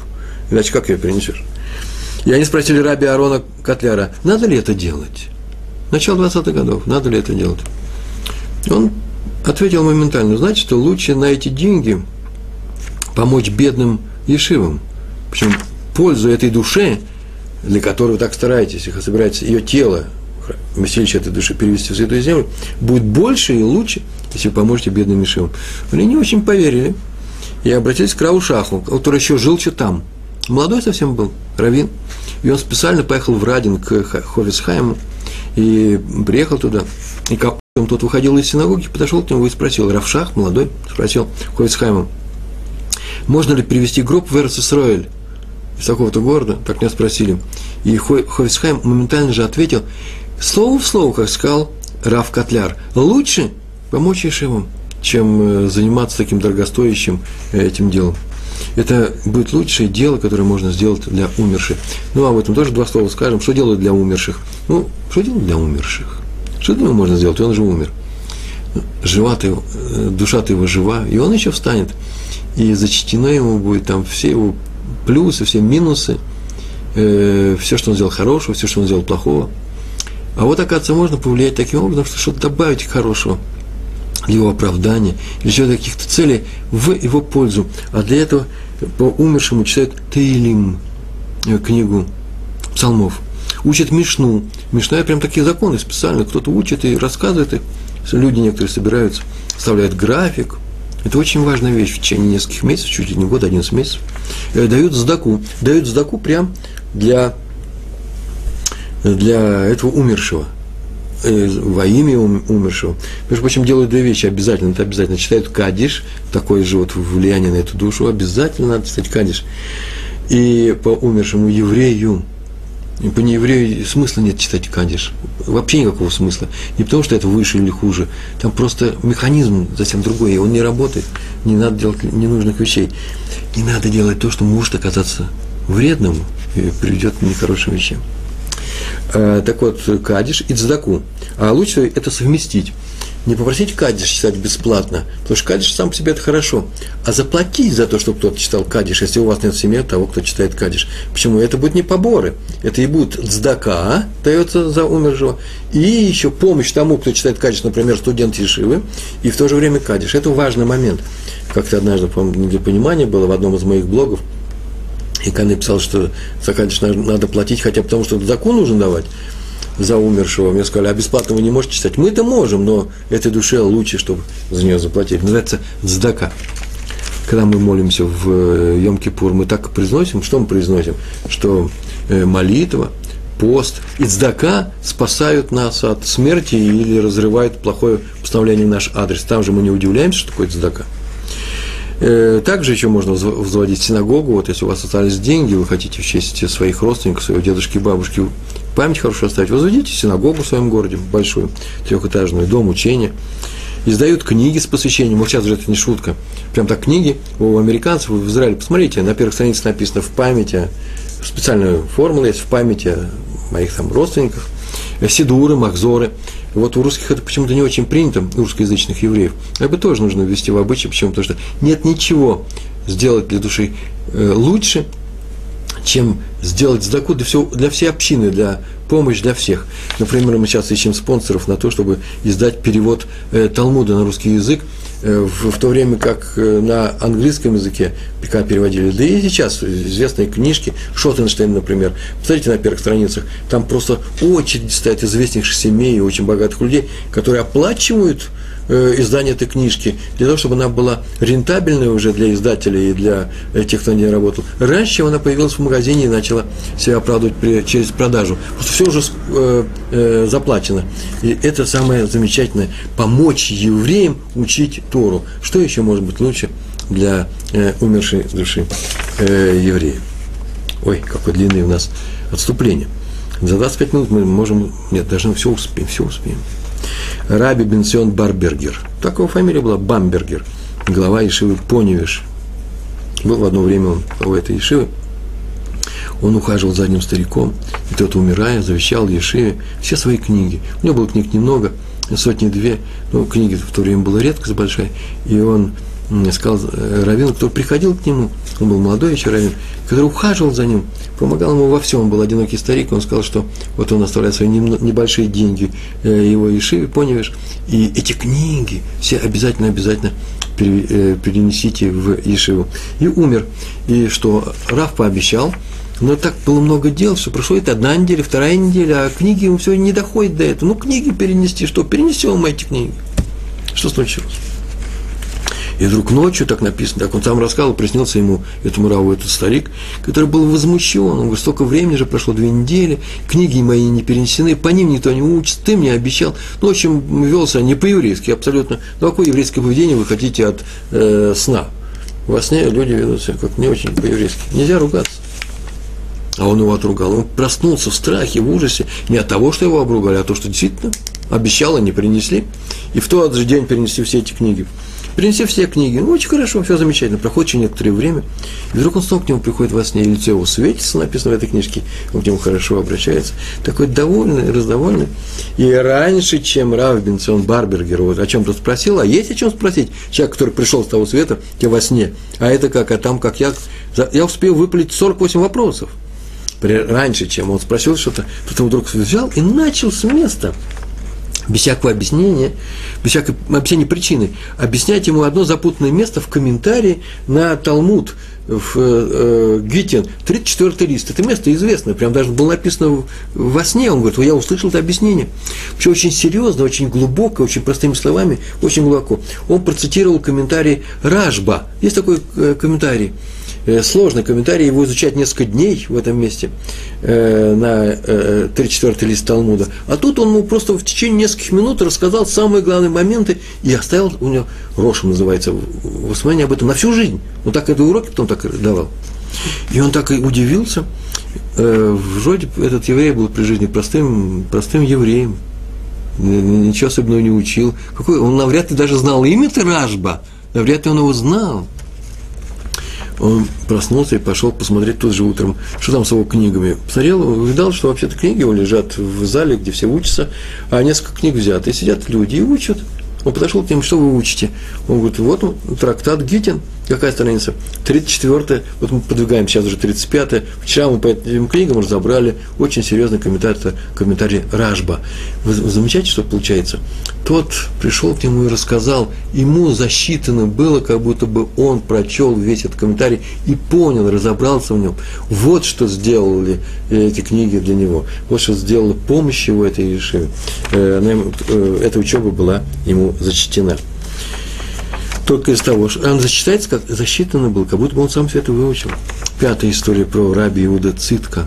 Иначе как ее перенесешь? И они спросили раби Аарона Котляра, надо ли это делать? Начало 20-х годов, надо ли это делать? Он ответил моментально, значит, что лучше на эти деньги помочь бедным ешивам. Причем пользу этой душе, для которой вы так стараетесь, и собираетесь ее тело, вместилище этой души перевести в Святую Землю, будет больше и лучше, если вы поможете бедным ешивам. Они не очень поверили и обратились к Раву Шаху, который еще жил что там. Молодой совсем был, раввин. И он специально поехал в Радин к Хофец Хаиму и приехал туда. И как тот выходил из синагоги, подошел к нему и спросил, Рав Шах, молодой, спросил Хофец Хаиму, можно ли привезти гроб в Эрец-Исроэль из такого-то города? Так меня спросили. И Хофец Хаим моментально же ответил, слово в слово, как сказал Рав Котляр, лучше помочь ешивам, чем заниматься таким дорогостоящим этим делом. Это будет лучшее дело, которое можно сделать для умерших. Ну, об этом тоже два слова скажем. Что делать для умерших? Ну, что делать для умерших? Что для него можно сделать? Он же умер. Жива-то его, душа-то его жива, и он еще встанет. И зачтено ему будет там все его плюсы, все минусы, все, что он сделал хорошего, все, что он сделал плохого. А вот, оказывается, можно повлиять таким образом, что что-то добавить хорошего, для его оправдания, или для каких-то целей в его пользу. А для этого по умершему читают Теилим, книгу псалмов, учат Мишну. Мишна – это прям такие законы специально, кто-то учит и рассказывает их. Люди некоторые собираются, вставляют график. Это очень важная вещь в течение нескольких месяцев, чуть ли не год, 11 месяцев. Дают сдаку прям для этого умершего. Во имя умершего. Между прочим, делают две вещи обязательно. Это обязательно читают кадиш, такое же вот влияние на эту душу. Обязательно надо читать кадиш. И по умершему еврею. И по нееврею смысла нет читать кадиш. Вообще никакого смысла. Не потому, что это выше или хуже. Там просто механизм совсем другой, и он не работает. Не надо делать ненужных вещей. Не надо делать то, что может оказаться вредным и приведет к нехорошим вещам. Так вот, кадиш и цдаку. А лучше это совместить. Не попросить кадиш читать бесплатно, потому что кадиш сам по себе это хорошо, а заплатить за то, чтобы кто-то читал кадиш, если у вас нет в семье того, кто читает кадиш. Почему? Это будут не поборы, это и будет цдака, дается за умершего, и еще помощь тому, кто читает кадиш, например, студент ешивы, и в то же время кадиш. Это важный момент. Как-то однажды, по-моему, для понимания было в одном из моих блогов, и когда написал, что за кадиш надо платить, хотя потому что цдаку нужно давать за умершего. Мне сказали, а бесплатно вы не можете читать. Мы это можем, но этой душе лучше, чтобы за нее заплатить. Называется цдака. Когда мы молимся в Йом-Кипур, мы так произносим, что мы произносим? Что молитва, пост и цдака спасают нас от смерти или разрывают плохое постановление в наш адрес. Там же мы не удивляемся, что такое цдака. Также еще можно возводить синагогу. Вот если у вас остались деньги, вы хотите в честь своих родственников, своего дедушки и бабушки память хорошо оставить, возводите синагогу в своем городе, большую, трехэтажную, дом учения. Издают книги с посвящением. Вот сейчас же это не шутка. Прям так книги у американцев, в Израиле. Посмотрите, на первых страницах написано в памяти, специальная формула есть в памяти о моих там родственниках, сидуры, махзоры. Вот у русских это почему-то не очень принято, у русскоязычных евреев. Это тоже нужно ввести в обычай. Почему? Потому что нет ничего сделать для души лучше, чем сделать цдаку для всей общины, для помощи для всех. Например, мы сейчас ищем спонсоров на то, чтобы издать перевод Талмуда на русский язык, в то время как на английском языке ПК переводили. Да и сейчас известные книжки, Шотенштейн, например, посмотрите на первых страницах, там просто очередь стоят известнейших семей и очень богатых людей, которые оплачивают издание этой книжки, для того, чтобы она была рентабельной уже для издателей и для тех, кто не работал, раньше, чем она появилась в магазине и начала себя оправдывать через продажу. Просто все уже заплачено. И это самое замечательное – помочь евреям учить Тору. Что еще может быть лучше для умершей души еврея? Ой, какое длинное у нас отступление. За 25 минут мы можем… Нет, даже все успеем. Раби Бенцион Барбергер. Так его фамилия была, Бамбергер, глава ешивы Поневиш. Был в одно время он главой этой ешивы. Он ухаживал за одним стариком, и тот, умирая, завещал ешиве все свои книги. У него было книг немного, 100-2, но книги в то время была редкость большая, и он сказал раввину, кто приходил к нему, он был молодой еще раввин, который ухаживал за ним, помогал ему во всем, он был одинокий старик, он сказал, что вот он оставляет свои небольшие деньги его ешиве, понимаешь, и эти книги все обязательно перенесите в ешиву. И умер. И что Рав пообещал, но так было много дел, что прошло это 1 неделя, 2 неделя, а книги ему все не доходит до этого. Ну, книги перенести, что? Перенесем мы эти книги. Что случилось? И вдруг ночью, так написано, так он сам рассказывал, приснился ему, этому Раву, этот старик, который был возмущен. Он говорит, столько времени же прошло, 2 недели, книги мои не перенесены, по ним никто не учится, ты мне обещал. Ну, в общем, велся не по-еврейски абсолютно. Ну, какое еврейское поведение вы хотите от сна? Во сне люди ведут себя как не очень по-еврейски. Нельзя ругаться. А он его отругал. Он проснулся в страхе, в ужасе, не от того, что его обругали, а от того, что действительно обещал, они принесли. И в тот же день перенесли все эти книги. Принеси все книги. Ну, очень хорошо, все замечательно. Проходит еще некоторое время. И вдруг он снова к нему приходит во сне, и лицо его светится, написано в этой книжке. Он к нему хорошо обращается. Такой довольный, раздовольный. И раньше, чем Рав Бенцион Барбергер вот о чем-то спросил, а есть о чем спросить? Человек, который пришел с того света, тебе во сне. А это как, а там как я успел выпалить 48 вопросов. Раньше, чем он спросил что-то, потом вдруг взял и начал с места, без всякого объяснения, без всякой объяснения причины, объяснять ему одно запутанное место в комментарии на Талмуд в Гитин, 34-й лист. Это место известное, прям даже было написано во сне. Он говорит, я услышал это объяснение. Все очень серьезно, очень глубоко, очень простыми словами, очень глубоко. Он процитировал комментарий Рашба. Есть такой комментарий. Сложный комментарий, его изучать несколько дней в этом месте, на 34-й лист Талмуда. А тут он ему просто в течение нескольких минут рассказал самые главные моменты и оставил, у него Рошем называется, воспоминание об этом на всю жизнь. Он так это уроки потом так давал. И он так и удивился. Вроде этот еврей был при жизни простым евреем, ничего особенного не учил. Он навряд ли даже знал имя-то Рашба, навряд ли он его знал. Он проснулся и пошел посмотреть тут же утром, что там с его книгами. Посмотрел, увидал, что вообще-то книги его лежат в зале, где все учатся, а несколько книг взяты, и сидят люди и учат. Он подошел к ним, что вы учите? Он говорит, вот он, трактат Гитин, какая страница? 34-я, вот мы подвигаем сейчас уже 35-я. Вчера мы по этим книгам разобрали очень серьезный комментарий Рашба. Вы замечаете, что получается? Тот пришел к нему и рассказал, ему засчитано было, как будто бы он прочел весь этот комментарий и понял, разобрался в нем. Вот что сделали эти книги для него, вот что сделала помощь его этой ешиве. Эта учеба была ему зачтена. Только из того, что он зачитается, как засчитано было, как будто бы он сам все это выучил. 5-я история про раби Иуда Цатка.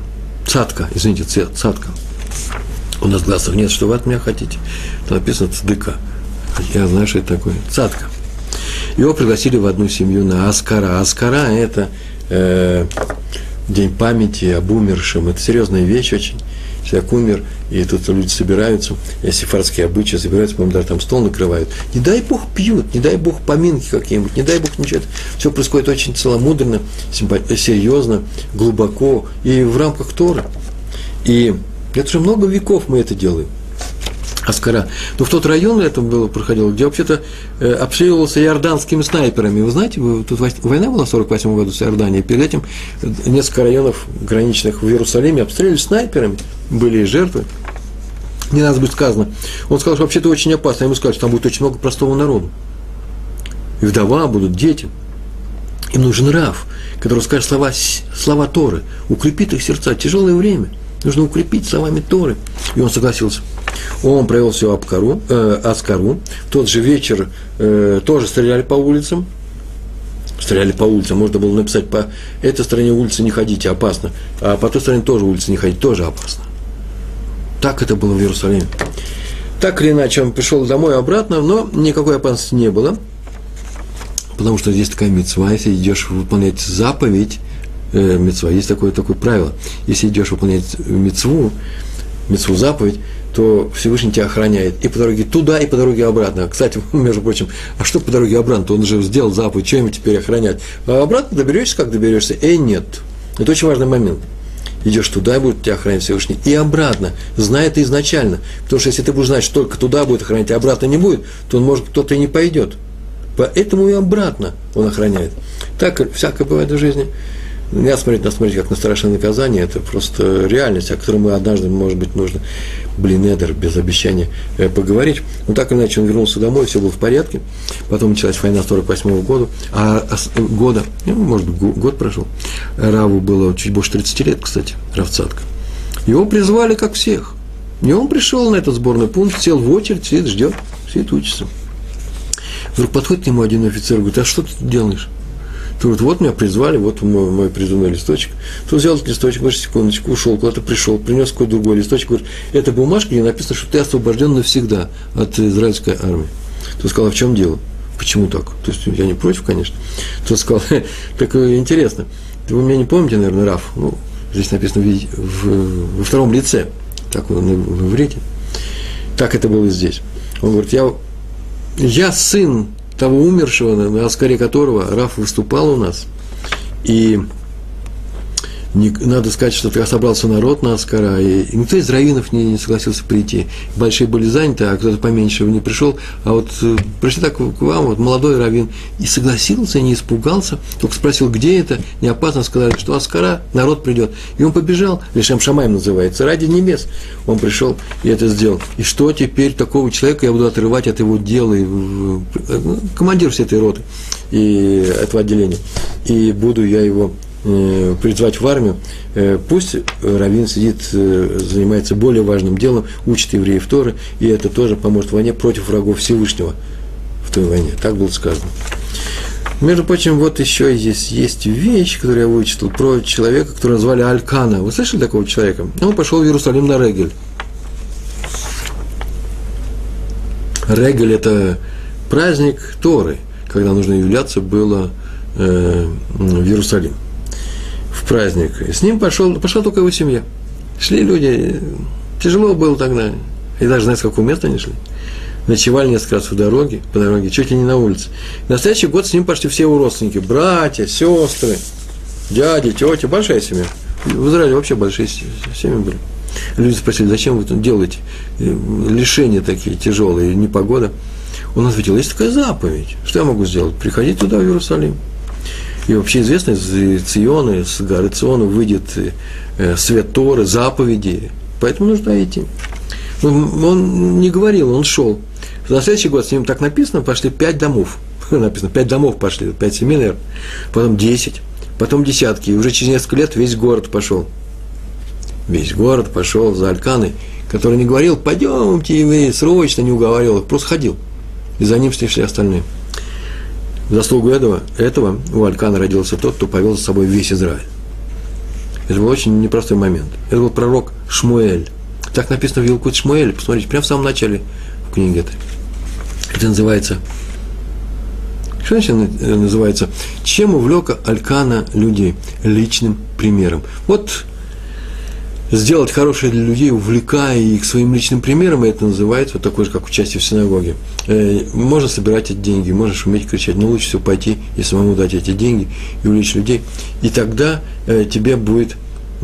У нас в глазах нет, что вы от меня хотите. Там написано Цдыка. Я знаю, что это такое. Цатка. Его пригласили в одну семью на Аскара. Аскара – это день памяти об умершем. Это серьезная вещь очень. Человек умер, и тут люди собираются, сефардские обычаи собираются, по-моему, даже там стол накрывают. Не дай Бог пьют, не дай Бог поминки какие-нибудь, не дай Бог ничего. Все происходит очень целомудренно, серьезно, глубоко и в рамках Торы. И это уже много веков мы это делаем. Аскара. Но в тот район это было, проходило, где вообще-то обстреливался иорданскими снайперами. Вы знаете, тут война была в 1948 году с Иорданией. Перед этим несколько районов граничных в Иерусалиме обстреливались снайперами, были и жертвы. Не надо быть сказано. Он сказал, что вообще-то очень опасно. Ему сказали, что там будет очень много простого народу. И вдова будут, дети. Им нужен рав, который скажет слова Торы, укрепит их сердца. Тяжелое время. Нужно укрепить словами Торы. И он согласился. Он провел всю Аскару. В тот же вечер тоже стреляли по улицам. Можно было написать, по этой стороне улицы не ходите, опасно. А по той стороне тоже улицы не ходите, тоже опасно. Так это было в Иерусалиме. Так или иначе, он пришел домой обратно, но никакой опасности не было. Потому что здесь такая мицва, если идешь выполнять заповедь, мицва, есть такое правило. Если идешь выполнять мицву заповедь, то Всевышний тебя охраняет и по дороге туда, и по дороге обратно. Кстати, между прочим, а что по дороге обратно? Он же сделал заповедь, что ему теперь охранять? А обратно доберешься, как доберешься? Нет. Это очень важный момент. Идешь туда, и будет тебя охранять Всевышний, и обратно. Знай это изначально. Потому что если ты будешь знать, что только туда будет охранять, а обратно не будет, то, может, кто-то и не пойдет. Поэтому и обратно он охраняет. Так всякое бывает в жизни. Не надо смотреть как на страшное наказание, это просто реальность, о которой мы однажды, может быть, нужно, эдер, без обещания поговорить. Но так или иначе он вернулся домой, все было в порядке. Потом началась война 48-го года, может быть, год прошел. Раву было чуть больше 30 лет, кстати, Рав Цатка. Его призвали, как всех. И он пришел на этот сборный пункт, сел в очередь, сидит, ждет, сидит, учится. Вдруг подходит к нему один офицер и говорит: а что ты тут делаешь? Ты говорит: вот меня призвали, вот мой призывной листочек. Тут взял этот листочек, говорит: секундочку, ушел, куда-то пришел, принес какой-то другой листочек, говорит: это бумажка, где написано, что ты освобожден навсегда от израильской армии. Тот сказал: а в чем дело? Почему так? То есть я не против, конечно. Тот сказал: так интересно, вы меня не помните, наверное, Рав? Ну, здесь написано во втором лице, так в иврите. Так это было и здесь. Он говорит: я сын того умершего, на оскаре которого Раф выступал у нас, и надо сказать, что собрался народ на оскара, и никто из раввинов не согласился прийти. Большие были заняты, а кто-то поменьше не пришел, а вот пришли так к вам, вот молодой раввин, и согласился, не испугался, только спросил, где это, не опасно, сказали, что оскара, народ придет. И он побежал, Лешем Шамаем называется, ради небес. Он пришел и это сделал. И что теперь такого человека я буду отрывать от его дела, командир всей этой роты и этого отделения, и буду я его призвать в армию, пусть раввин сидит, занимается более важным делом, учит евреев Торы, и это тоже поможет в войне против врагов Всевышнего в той войне. Так было сказано. Между прочим, вот еще здесь есть вещь, которую я вычитал, про человека, которого назвали Алькана. Вы слышали такого человека? Он пошел в Иерусалим на Регель. Регель – это праздник Торы, когда нужно являться было в Иерусалим. В праздник. И с ним пошла только его семья. Шли люди, тяжело было тогда, и даже знаете, с какого места они шли. Ночевали несколько раз по дороге, чуть ли не на улице. На следующий год с ним пошли все его родственники, братья, сестры, дяди, тети, большая семья. В Израиле вообще большие семьи были. Люди спросили: зачем вы тут делаете лишения такие тяжелые, непогода? Он ответил: есть такая заповедь, что я могу сделать? Приходить туда, в Иерусалим. И вообще известно, из Циона, из горы Циона выйдет свет Торы, заповеди, поэтому нужно идти. Он не говорил, он шел. На следующий год с ним так написано, пошли 5 домов. Написано, 5 домов пошли, 5 семей, наверное, потом 10, потом десятки, и уже через несколько лет весь город пошел. Весь город пошел за Альканой, который не говорил: пойдемте, евреи, срочно, не уговаривал их, просто ходил. И за ним шли остальные. В заслугу этого у Алькана родился тот, кто повел за собой весь Израиль. Это был очень непростой момент. Это был пророк Шмуэль. Так написано в Илкут Шмуэль. Посмотрите, прямо в самом начале в книге этой. Это называется... Что значит называется? Чем увлек Алькана людей? Личным примером. Вот сделать хорошее для людей, увлекая их своим личным примером, и это называется вот такое же, как участие в синагоге. Можно собирать эти деньги, можешь уметь кричать, но лучше всего пойти и самому дать эти деньги и увлечь людей. И тогда тебе будет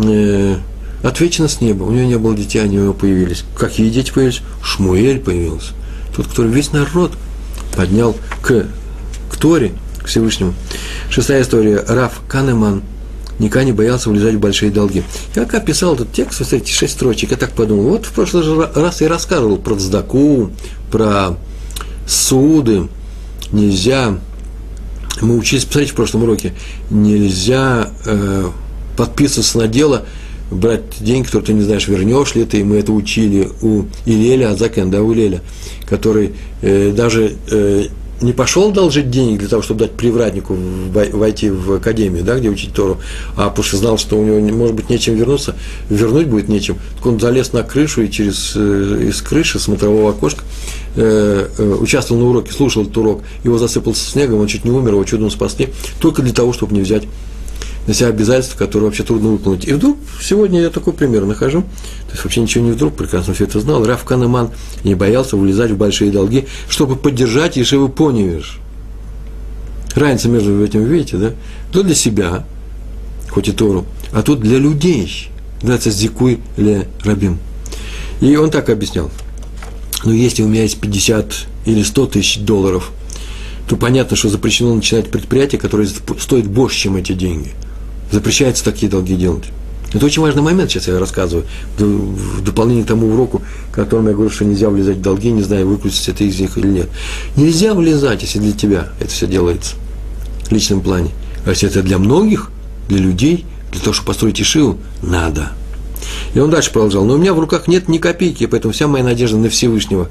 отвечено с неба. У него не было детей, они у него появились. Какие дети появились? Шмуэль появился. Тот, который весь народ поднял к Торе, к Всевышнему. 6-я история. Рав Канеман никогда не боялся влезать в большие долги. Я как писал этот текст, вы смотрите, 6 строчек, я так подумал, вот в прошлый раз я рассказывал про цдаку, про суды. Нельзя, мы учились, посмотрите, в прошлом уроке, нельзя подписываться на дело, брать деньги, которые ты не знаешь, вернешь ли ты, и мы это учили у Илеля Азакен, да, у Илеля, который даже не пошел одолжить денег для того, чтобы дать привратнику войти в академию, да, где учить Тору, а потому что знал, что у него, может быть, нечем вернуться, вернуть будет нечем. Так он залез на крышу и из крыши, смотрового окошка, участвовал на уроке, слушал этот урок, его засыпал снегом, он чуть не умер, его чудом спасли, только для того, чтобы не взять на себя обязательства, которые вообще трудно выполнить. И вдруг сегодня я такой пример нахожу, то есть вообще ничего не вдруг, прекрасно все это знал, Рав Канеман не боялся влезать в большие долги, чтобы поддержать Ешиву Поневиш. Разница между этим, видите, да? То для себя, хоть и Тору, а тут для людей, называется Зикуй ле Рабим. И он так объяснял: ну, если у меня есть 50 или 100 тысяч долларов, то понятно, что запрещено начинать предприятие, которое стоит больше, чем эти деньги. Запрещается такие долги делать. Это очень важный момент, сейчас я рассказываю, в дополнение к тому уроку, которым я говорю, что нельзя влезать в долги, не знаю, выкрутиться ты из них или нет. Нельзя влезать, если для тебя это все делается в личном плане. А если это для многих, для людей, для того, чтобы построить ешиву, надо. И он дальше продолжал. Но у меня в руках нет ни копейки, поэтому вся моя надежда на Всевышнего.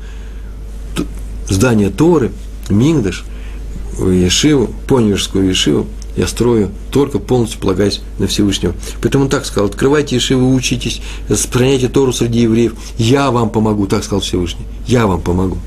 Здание Торы, Мигдаш, ешиву, поневежскую ешиву, я строю только полностью полагаясь на Всевышнего. Поэтому он так сказал: открывайте ешивы, учитесь, распространяйте Тору среди евреев, я вам помогу, так сказал Всевышний, я вам помогу.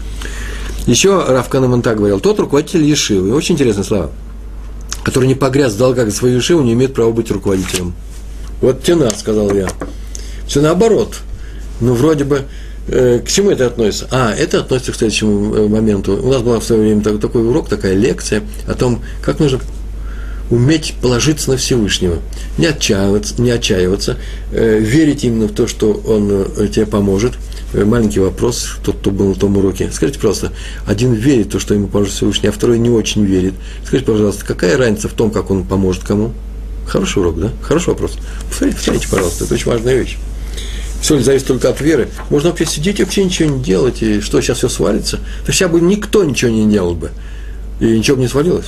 Еще Рав Канеман так говорил: тот руководитель ешивы, очень интересная слова, который не погряз в долгах за свою ешиву, не имеет права быть руководителем. Вот тена, сказал я. Все наоборот. Ну, вроде бы, к чему это относится? Это относится к следующему моменту. У нас был в свое время такой урок, такая лекция о том, как нужно уметь положиться на Всевышнего, не отчаиваться, верить именно в то, что Он тебе поможет. Маленький вопрос, тот, кто был на том уроке. Скажите, пожалуйста, один верит в то, что ему поможет Всевышний, а второй не очень верит. Скажите, пожалуйста, какая разница в том, как он поможет кому? Хороший урок, да? Хороший вопрос. Повторите, пожалуйста, это очень важная вещь. Все зависит только от веры. Можно вообще сидеть и вообще ничего не делать, и что, сейчас все свалится? То сейчас бы никто ничего не делал бы, и ничего бы не свалилось.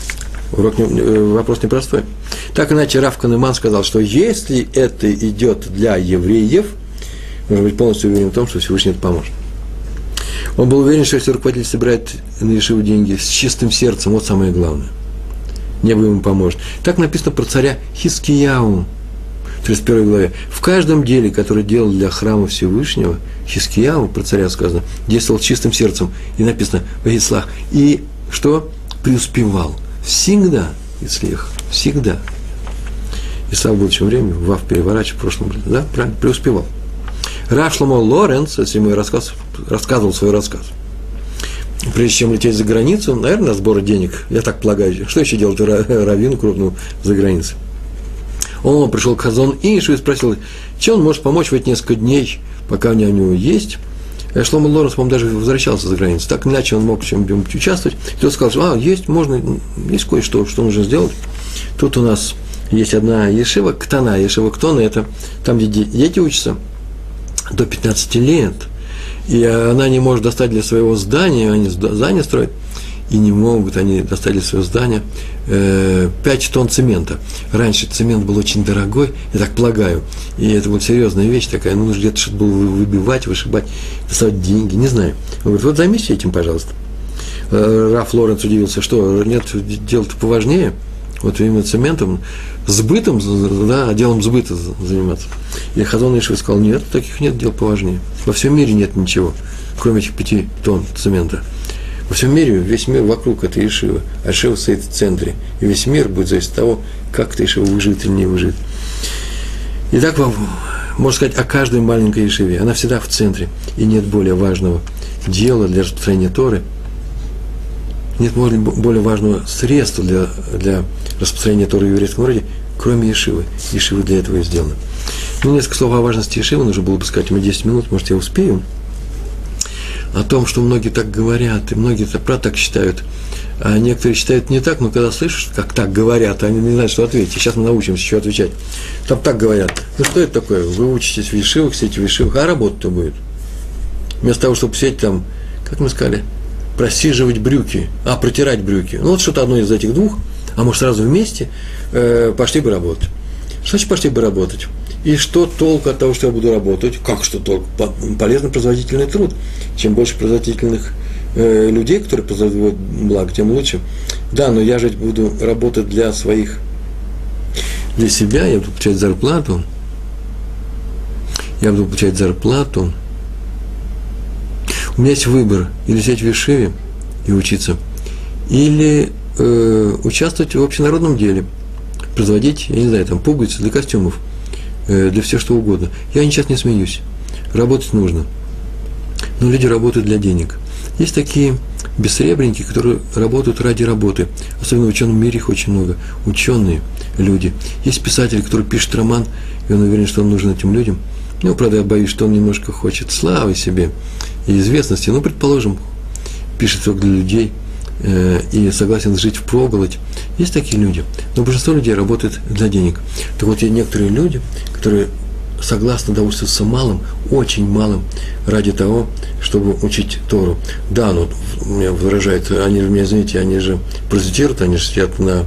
Вопрос непростой. Так иначе Рав Канеман сказал, что если это идет для евреев, нужно быть полностью уверен в том, что Всевышний это поможет. Он был уверен, что если руководитель собирает на ешиву деньги с чистым сердцем, вот самое главное, небо ему поможет. Так написано про царя Хискияу в 31 главе. В каждом деле, которое делал для храма Всевышнего, Хискияу, про царя сказано, действовал с чистым сердцем. И написано «Ваислах». И что? Преуспевал. Всегда, Ицлих, всегда. Исав в будущем времени, Вав переворачивает в прошлом, да, правильно, преуспевал. Рав Шломо Лоренц, если ему рассказывал свой рассказ, прежде чем лететь за границу, наверное, на сбор денег, я так полагаю, что еще делать раввину крупному за границей? Он пришел к Хазон Ишу и спросил, чем он может помочь в эти несколько дней, пока у него есть. Шломо Лоренц, по-моему, даже возвращался за границу. Так иначе он мог в чем-нибудь участвовать. И тот сказал, что есть, можно, есть кое-что, что нужно сделать. Тут у нас есть одна ешива, Ктана, ешива Ктона, это там, где дети учатся до 15 лет, и она не может достать для своего здания, они здание строят, и не могут они достать для своего здания 5 тонн цемента. Раньше цемент был очень дорогой, я так полагаю, и это была серьезная вещь такая, нужно где-то что-то было выбивать, вышибать, доставать деньги, не знаю. Он говорит, вот займись этим, пожалуйста. Рав Лоренц удивился, что нет, дело-то поважнее, вот именно цементом, сбытом, да, делом сбыта заниматься. И Хазон Иш сказал, нет, таких нет дел поважнее. Во всем мире нет ничего, кроме этих 5 тонн цемента. Во всем мире, весь мир вокруг этой ешивы, а ешива стоит в центре. И весь мир будет зависеть от того, как эта ешива выживет или не выживет. И так вам можно сказать о каждой маленькой ешиве. Она всегда в центре. И нет более важного дела для распространения Торы. Нет более важного средства для распространения Торы в еврейском народе, кроме ешивы. Ешива для этого и сделана. Ну, несколько слов о важности ешивы. Нужно было бы сказать, мы 10 минут, может, я успею. О том, что многие так говорят, и многие так считают, а некоторые считают не так, но когда слышишь, как так говорят, они не знают, что ответить. Сейчас мы научимся еще отвечать. Там так говорят. Ну, что это такое? Вы учитесь в ешивах, сидите в ешивах, а работа-то будет. Вместо того, чтобы сидеть там, как мы сказали, просиживать брюки, протирать брюки. Ну, вот что-то одно из этих двух, а может, сразу вместе пошли бы работать. Что значит пошли бы работать? И что толку от того, что я буду работать? Как что толку? Полезный производительный труд. Чем больше производительных людей, которые производят благо, тем лучше. Да, но я же буду работать для своих, для себя, я буду получать зарплату. Я буду получать зарплату. У меня есть выбор, или сидеть в ешиве и учиться, или участвовать в общенародном деле, производить, я не знаю, там, пуговицы для костюмов, для всего что угодно. Я сейчас не смеюсь. Работать нужно. Но люди работают для денег. Есть такие бессребреники, которые работают ради работы. Особенно в ученом мире их очень много. Ученые люди. Есть писатель, который пишет роман, и он уверен, что он нужен этим людям. Ну, правда, я боюсь, что он немножко хочет славы себе и известности. Ну, предположим, пишет только для людей. и согласен жить впроголодь. Есть такие люди, но большинство людей работает для денег. Так вот, есть некоторые люди, которые согласны довольствоваться малым, очень малым, ради того, чтобы учить Тору. Да, ну, меня выражают, они же, меня, извините, они же паразитируют, они же сидят на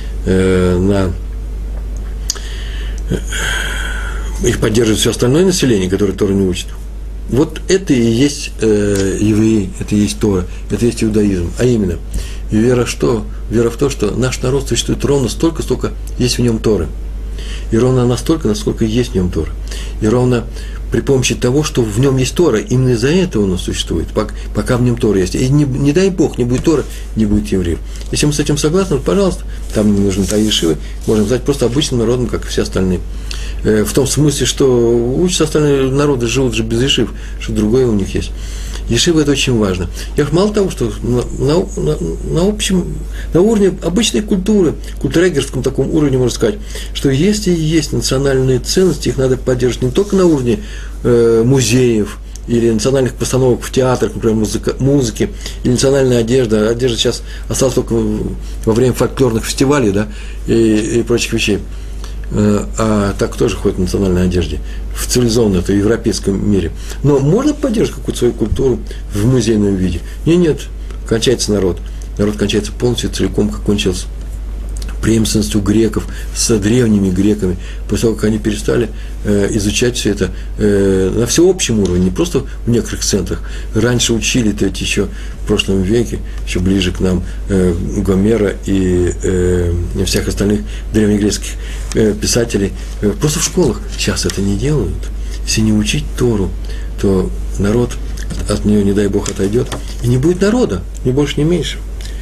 их поддерживает все остальное население, которое Тору не учит. Вот это и есть евреи, это и есть Тора, это и есть иудаизм. А именно, вера в то, что наш народ существует ровно столько, сколько есть в нем Торы. И ровно настолько, насколько есть в нем Тора. И ровно при помощи того, что в нем есть Тора, именно из-за этого он существует, пока в нем Тора есть. И не дай Бог, не будет Торы, не будет евреев. Если мы с этим согласны, пожалуйста, там не нужны ешивы, можем стать просто обычным народом, как и все остальные. В том смысле, что учатся остальные народы, живут же без ешив, что другое у них есть. Ешива – это очень важно. Я мало того, что на уровне обычной культуры, культурегерском таком уровне, можно сказать, что есть и есть национальные ценности, их надо поддерживать не только на уровне музеев или национальных постановок в театрах, например, музыки, или национальная одежда. Одежда сейчас осталась только во время фольклорных фестивалей, да, и прочих вещей. А так тоже ходит в национальной одежде, в цивилизованном, это в европейском мире. Но можно поддерживать какую-то свою культуру в музейном виде? Нет, кончается народ. Народ кончается полностью, целиком, как кончился преемственностью греков с древними греками, после того, как они перестали изучать все это на всеобщем уровне, не просто в некоторых центрах. Раньше учили это еще в прошлом веке, еще ближе к нам, Гомера и всех остальных древнегреческих писателей, просто в школах. Сейчас это не делают. Если не учить Тору, то народ от нее, не дай Бог, отойдет, и не будет народа, ни больше, ни меньше.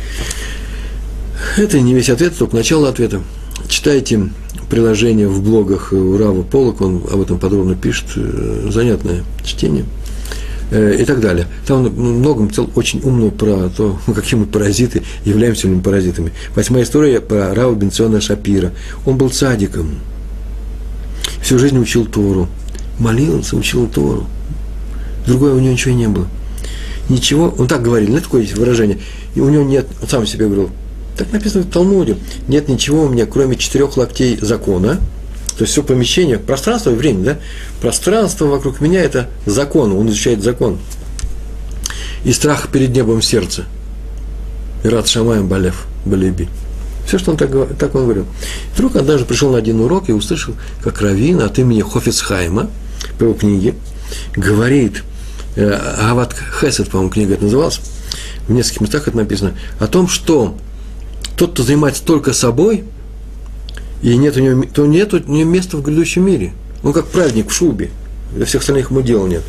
Это не весь ответ, только начало ответа. Читайте приложение в блогах у Рава Полок, он об этом подробно пишет, занятное чтение и так далее. Там много очень умного про то, какие мы паразиты, являемся ли мы паразитами. 8-я история про Рава Бенциона Шапира. Он был цадиком, всю жизнь учил Тору, молился, учил Тору. Другое у него ничего не было. Ничего, он так говорил, ну, такое есть выражение, и у него нет, он сам себе говорил, так написано в Талмуде, нет ничего у меня, кроме 4 локтей закона, то есть все помещение, пространство и время, да, пространство вокруг меня – это закон, он изучает закон, и страх перед небом в сердце, и рад шамаем балев, балеби. Все, что он так он говорил. Вдруг однажды пришел на один урок и услышал, как раввин от имени Хофец Хаима, по его книге, говорит, Ават Хесед, по-моему, книга это называлась, в нескольких местах это написано, о том, что тот, кто занимается только собой, и нет у него места в грядущем мире. Он как праведник в шубе, для всех остальных ему дела нет.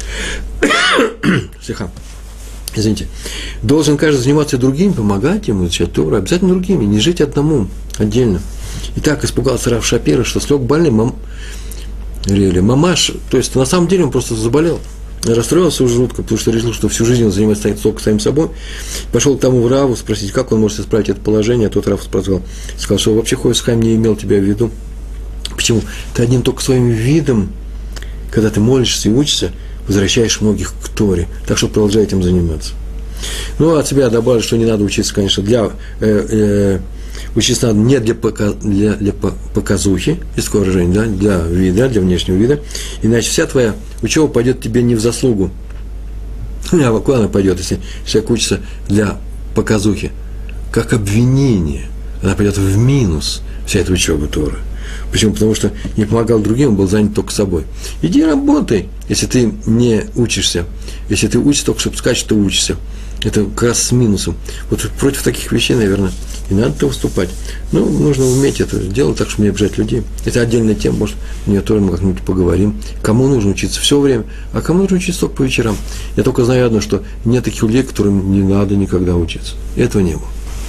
Извините. Должен каждый заниматься другими, помогать ему изучать Тору, обязательно другими, не жить одному, отдельно. И так испугался Рав Шапира, что слег больным мамаш, то есть на самом деле он просто заболел. Расстроился уже жутко, потому что решил, что всю жизнь он занимается только самим собой. Пошел к тому Раву спросить, как он может исправить это положение, а тот Рав сказал, что вообще Хофец Хаим не имел тебя в виду. Почему? Ты одним только своим видом, когда ты молишься и учишься, возвращаешь многих к Торе. Так что продолжай этим заниматься. Ну, от себя добавлю, что не надо учиться, конечно, учиться надо не для показухи, есть такое выражение, да, для вида, для внешнего вида, иначе вся твоя учеба пойдет тебе не в заслугу. А куда она пойдет, если человек учится для показухи? Как обвинение. Она пойдет в минус, вся эта учеба Торы. Почему? Потому что не помогал другим, он был занят только собой. Иди работай, если ты не учишься. Если ты учишься, только чтобы сказать, что ты учишься. Это как раз с минусом. Вот против таких вещей, наверное, и надо выступать. Ну, нужно уметь это делать так, чтобы не обижать людей. Это отдельная тема, может, о ней тоже мы как-нибудь поговорим. Кому нужно учиться все время, а кому нужно учиться только по вечерам. Я только знаю одно, что нет таких людей, которым не надо никогда учиться. Этого не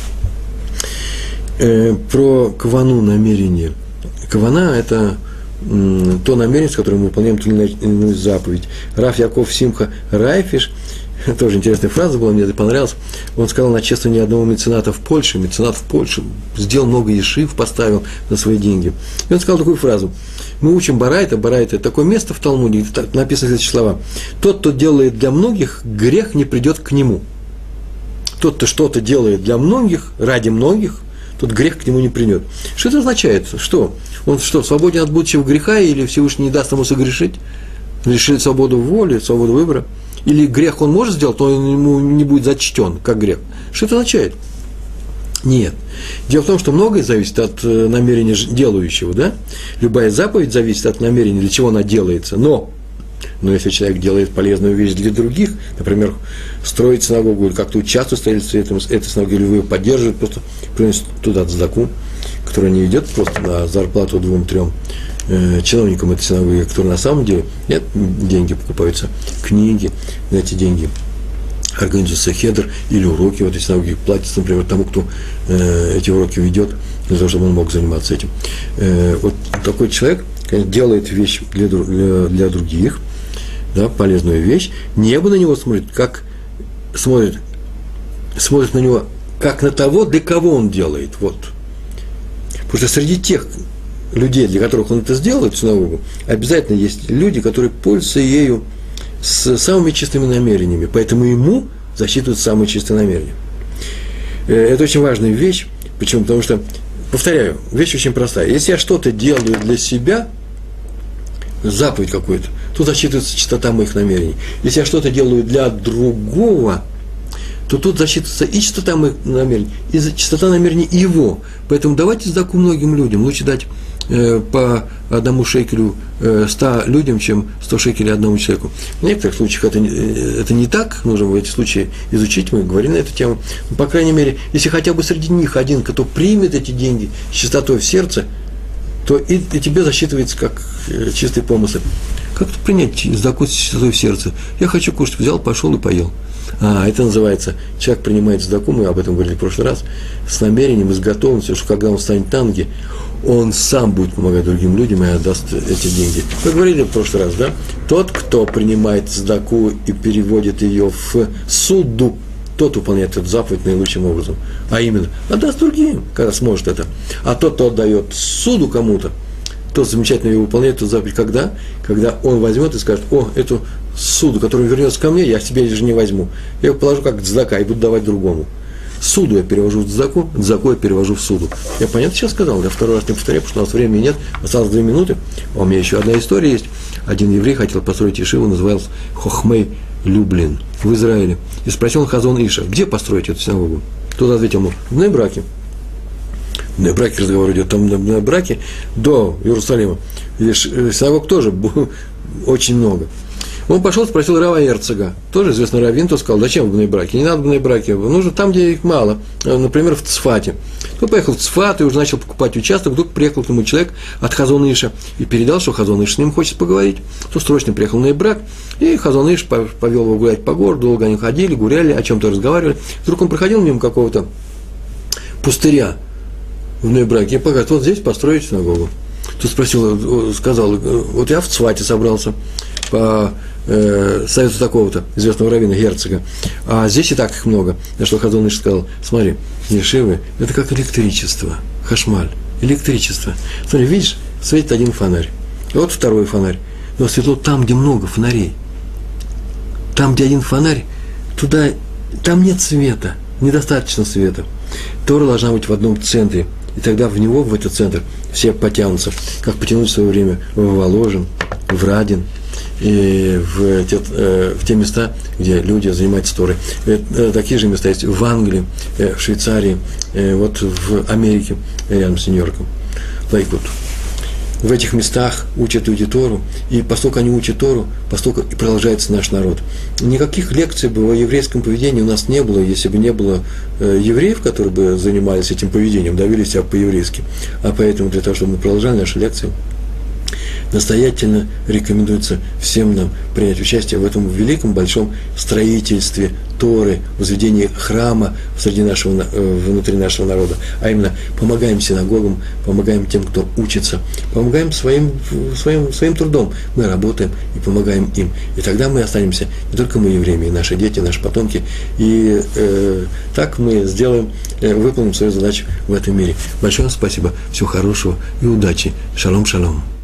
было. Про кавану, намерение. Кавана – это то намерение, с которым мы выполняем ту или иную заповедь. Рав Яков Симха Райфиш, тоже интересная фраза была, мне это понравилось. Он сказал на чествование одного мецената в Польше. Меценат в Польше сделал много ешив, поставил на свои деньги. И он сказал такую фразу. Мы учим Барайта, это такое место в Талмуде, где написаны эти слова. Тот, кто делает для многих, грех не придет к нему. тот, кто что-то делает для многих, ради многих, тот грех к нему не придет. Что это означает? Что? Он что, свободен от будущего греха, или Всевышний не даст ему согрешить? Лишит свободу воли, свободу выбора? Или грех он может сделать, но он ему не будет зачтен, как грех? Что это означает? Нет. Дело в том, что многое зависит от намерения делающего, да? Любая заповедь зависит от намерения, для чего она делается. Но если человек делает полезную вещь для других, например, строит синагогу или как-то участвует в строительстве этой синагоги, или его поддерживает, просто приносит туда цдаку, которая не идет просто на зарплату 2-3 чиновникам этой синагоги, которые на самом деле нет, деньги покупаются, книги, на эти деньги организуется хедер или уроки в этой синагоге, платится, например, тому, кто эти уроки ведет, для того, чтобы он мог заниматься этим. Вот такой человек, конечно, делает вещь для других, да, полезную вещь, небо на него смотрит, как смотрит на него, как на того, для кого он делает. Вот. Потому что среди тех людей, для которых он это сделает, синагогу, обязательно есть люди, которые пользуются ею с самыми чистыми намерениями, поэтому ему засчитывают самые чистые намерения. Это очень важная вещь. Почему? Потому что, повторяю, вещь очень простая. Если я что-то делаю для себя, заповедь какую-то, то засчитывается чистота моих намерений. Если я что-то делаю для другого, то тут засчитывается и чистота моих намерений, и чистота намерений его. Поэтому давайте цдаку многим людям. Лучше дать по 1 шекелю 100 людям, чем 100 шекелей одному человеку. В некоторых случаях это не так, нужно в эти случаи изучить, мы говорили на эту тему. Но, по крайней мере, если хотя бы среди них один, кто примет эти деньги с чистотой в сердце, то и тебе засчитывается как чистый помысл. Как это принять цдаку с чистотой в сердце? Я хочу кушать, взял, пошел и поел. Это называется, человек принимает цдаку, мы об этом говорили в прошлый раз, с намерением, с готовностью, что когда он встанет на ноги, он сам будет помогать другим людям и отдаст эти деньги. Мы говорили в прошлый раз, да? Тот, кто принимает цдаку и переводит ее в суду, тот выполняет эту заповедь наилучшим образом. А именно, отдаст другим, когда сможет это. А тот, кто отдает суду кому-то, тот замечательно ее выполняет, эту заповедь, когда он возьмет и скажет: эту суду, которая вернется ко мне, я себе же не возьму. Я ее положу как цдака и буду давать другому. Суду я перевожу в цдаку я перевожу в суду. Я понятно сейчас сказал, я второй раз не повторяю, потому что у нас времени нет, осталось 2 минуты. А у меня еще одна история есть. Один еврей хотел построить ешиву, назывался Хохмей Люблин в Израиле. И спросил он Хазон Иша: где построить эту синагогу? Тот ответил ему: в Бней-Браке. В Бней-Браке разговор идет, там в Бней-Браке до Иерусалима. И синагог тоже очень много. Он пошел, спросил Рава Эрцега, тоже известный раввин, тот сказал: зачем в Бней-Браке? Не надо в Бней-Браке, нужно там, где их мало, например, в Цфате. Он поехал в Цфат и уже начал покупать участок, вдруг приехал к нему человек от Хазон Иша и передал, что Хазон Иш с ним хочет поговорить. То срочно приехал в Бней-Брак, и Хазон Иш повел его гулять по городу, долго они ходили, гуляли, о чем-то разговаривали. Вдруг он проходил мимо какого-то пустыря в Бней-Браке и говорит: вот здесь построить синагогу. Тут сказал: вот я в Цфате собрался по совету такого-то известного раввина Герцога, а здесь и так их много. На что Хазон Иш сказал: смотри, ешивы – это как электричество, хашмаль, электричество. Смотри, видишь, светит один фонарь, и вот второй фонарь, но светло там, где много фонарей. Там, где один фонарь, там нет света, недостаточно света. Тора должна быть в одном центре, и тогда в него, в этот центр, все потянутся, как потянулись в свое время в Воложин, в Радин, и в те места, где люди занимаются Торой. Такие же места есть в Англии, в Швейцарии, вот в Америке, рядом с Нью-Йорком, Лейквуд. В этих местах учат люди Тору, и поскольку они учат Тору, поскольку и продолжается наш народ. Никаких лекций бы о еврейском поведении у нас не было, если бы не было евреев, которые бы занимались этим поведением, да, вели себя по-еврейски. А поэтому для того, чтобы мы продолжали наши лекции, настоятельно рекомендуется всем нам принять участие в этом великом, большом строительстве Торы, возведении храма внутри нашего народа. А именно, помогаем синагогам, помогаем тем, кто учится, помогаем своим трудом. Мы работаем и помогаем им. И тогда мы останемся, не только мы евреи, и наши дети, наши потомки. И так мы выполним свою задачу в этом мире. Большое вам спасибо, всего хорошего и удачи. Шалом, шалом.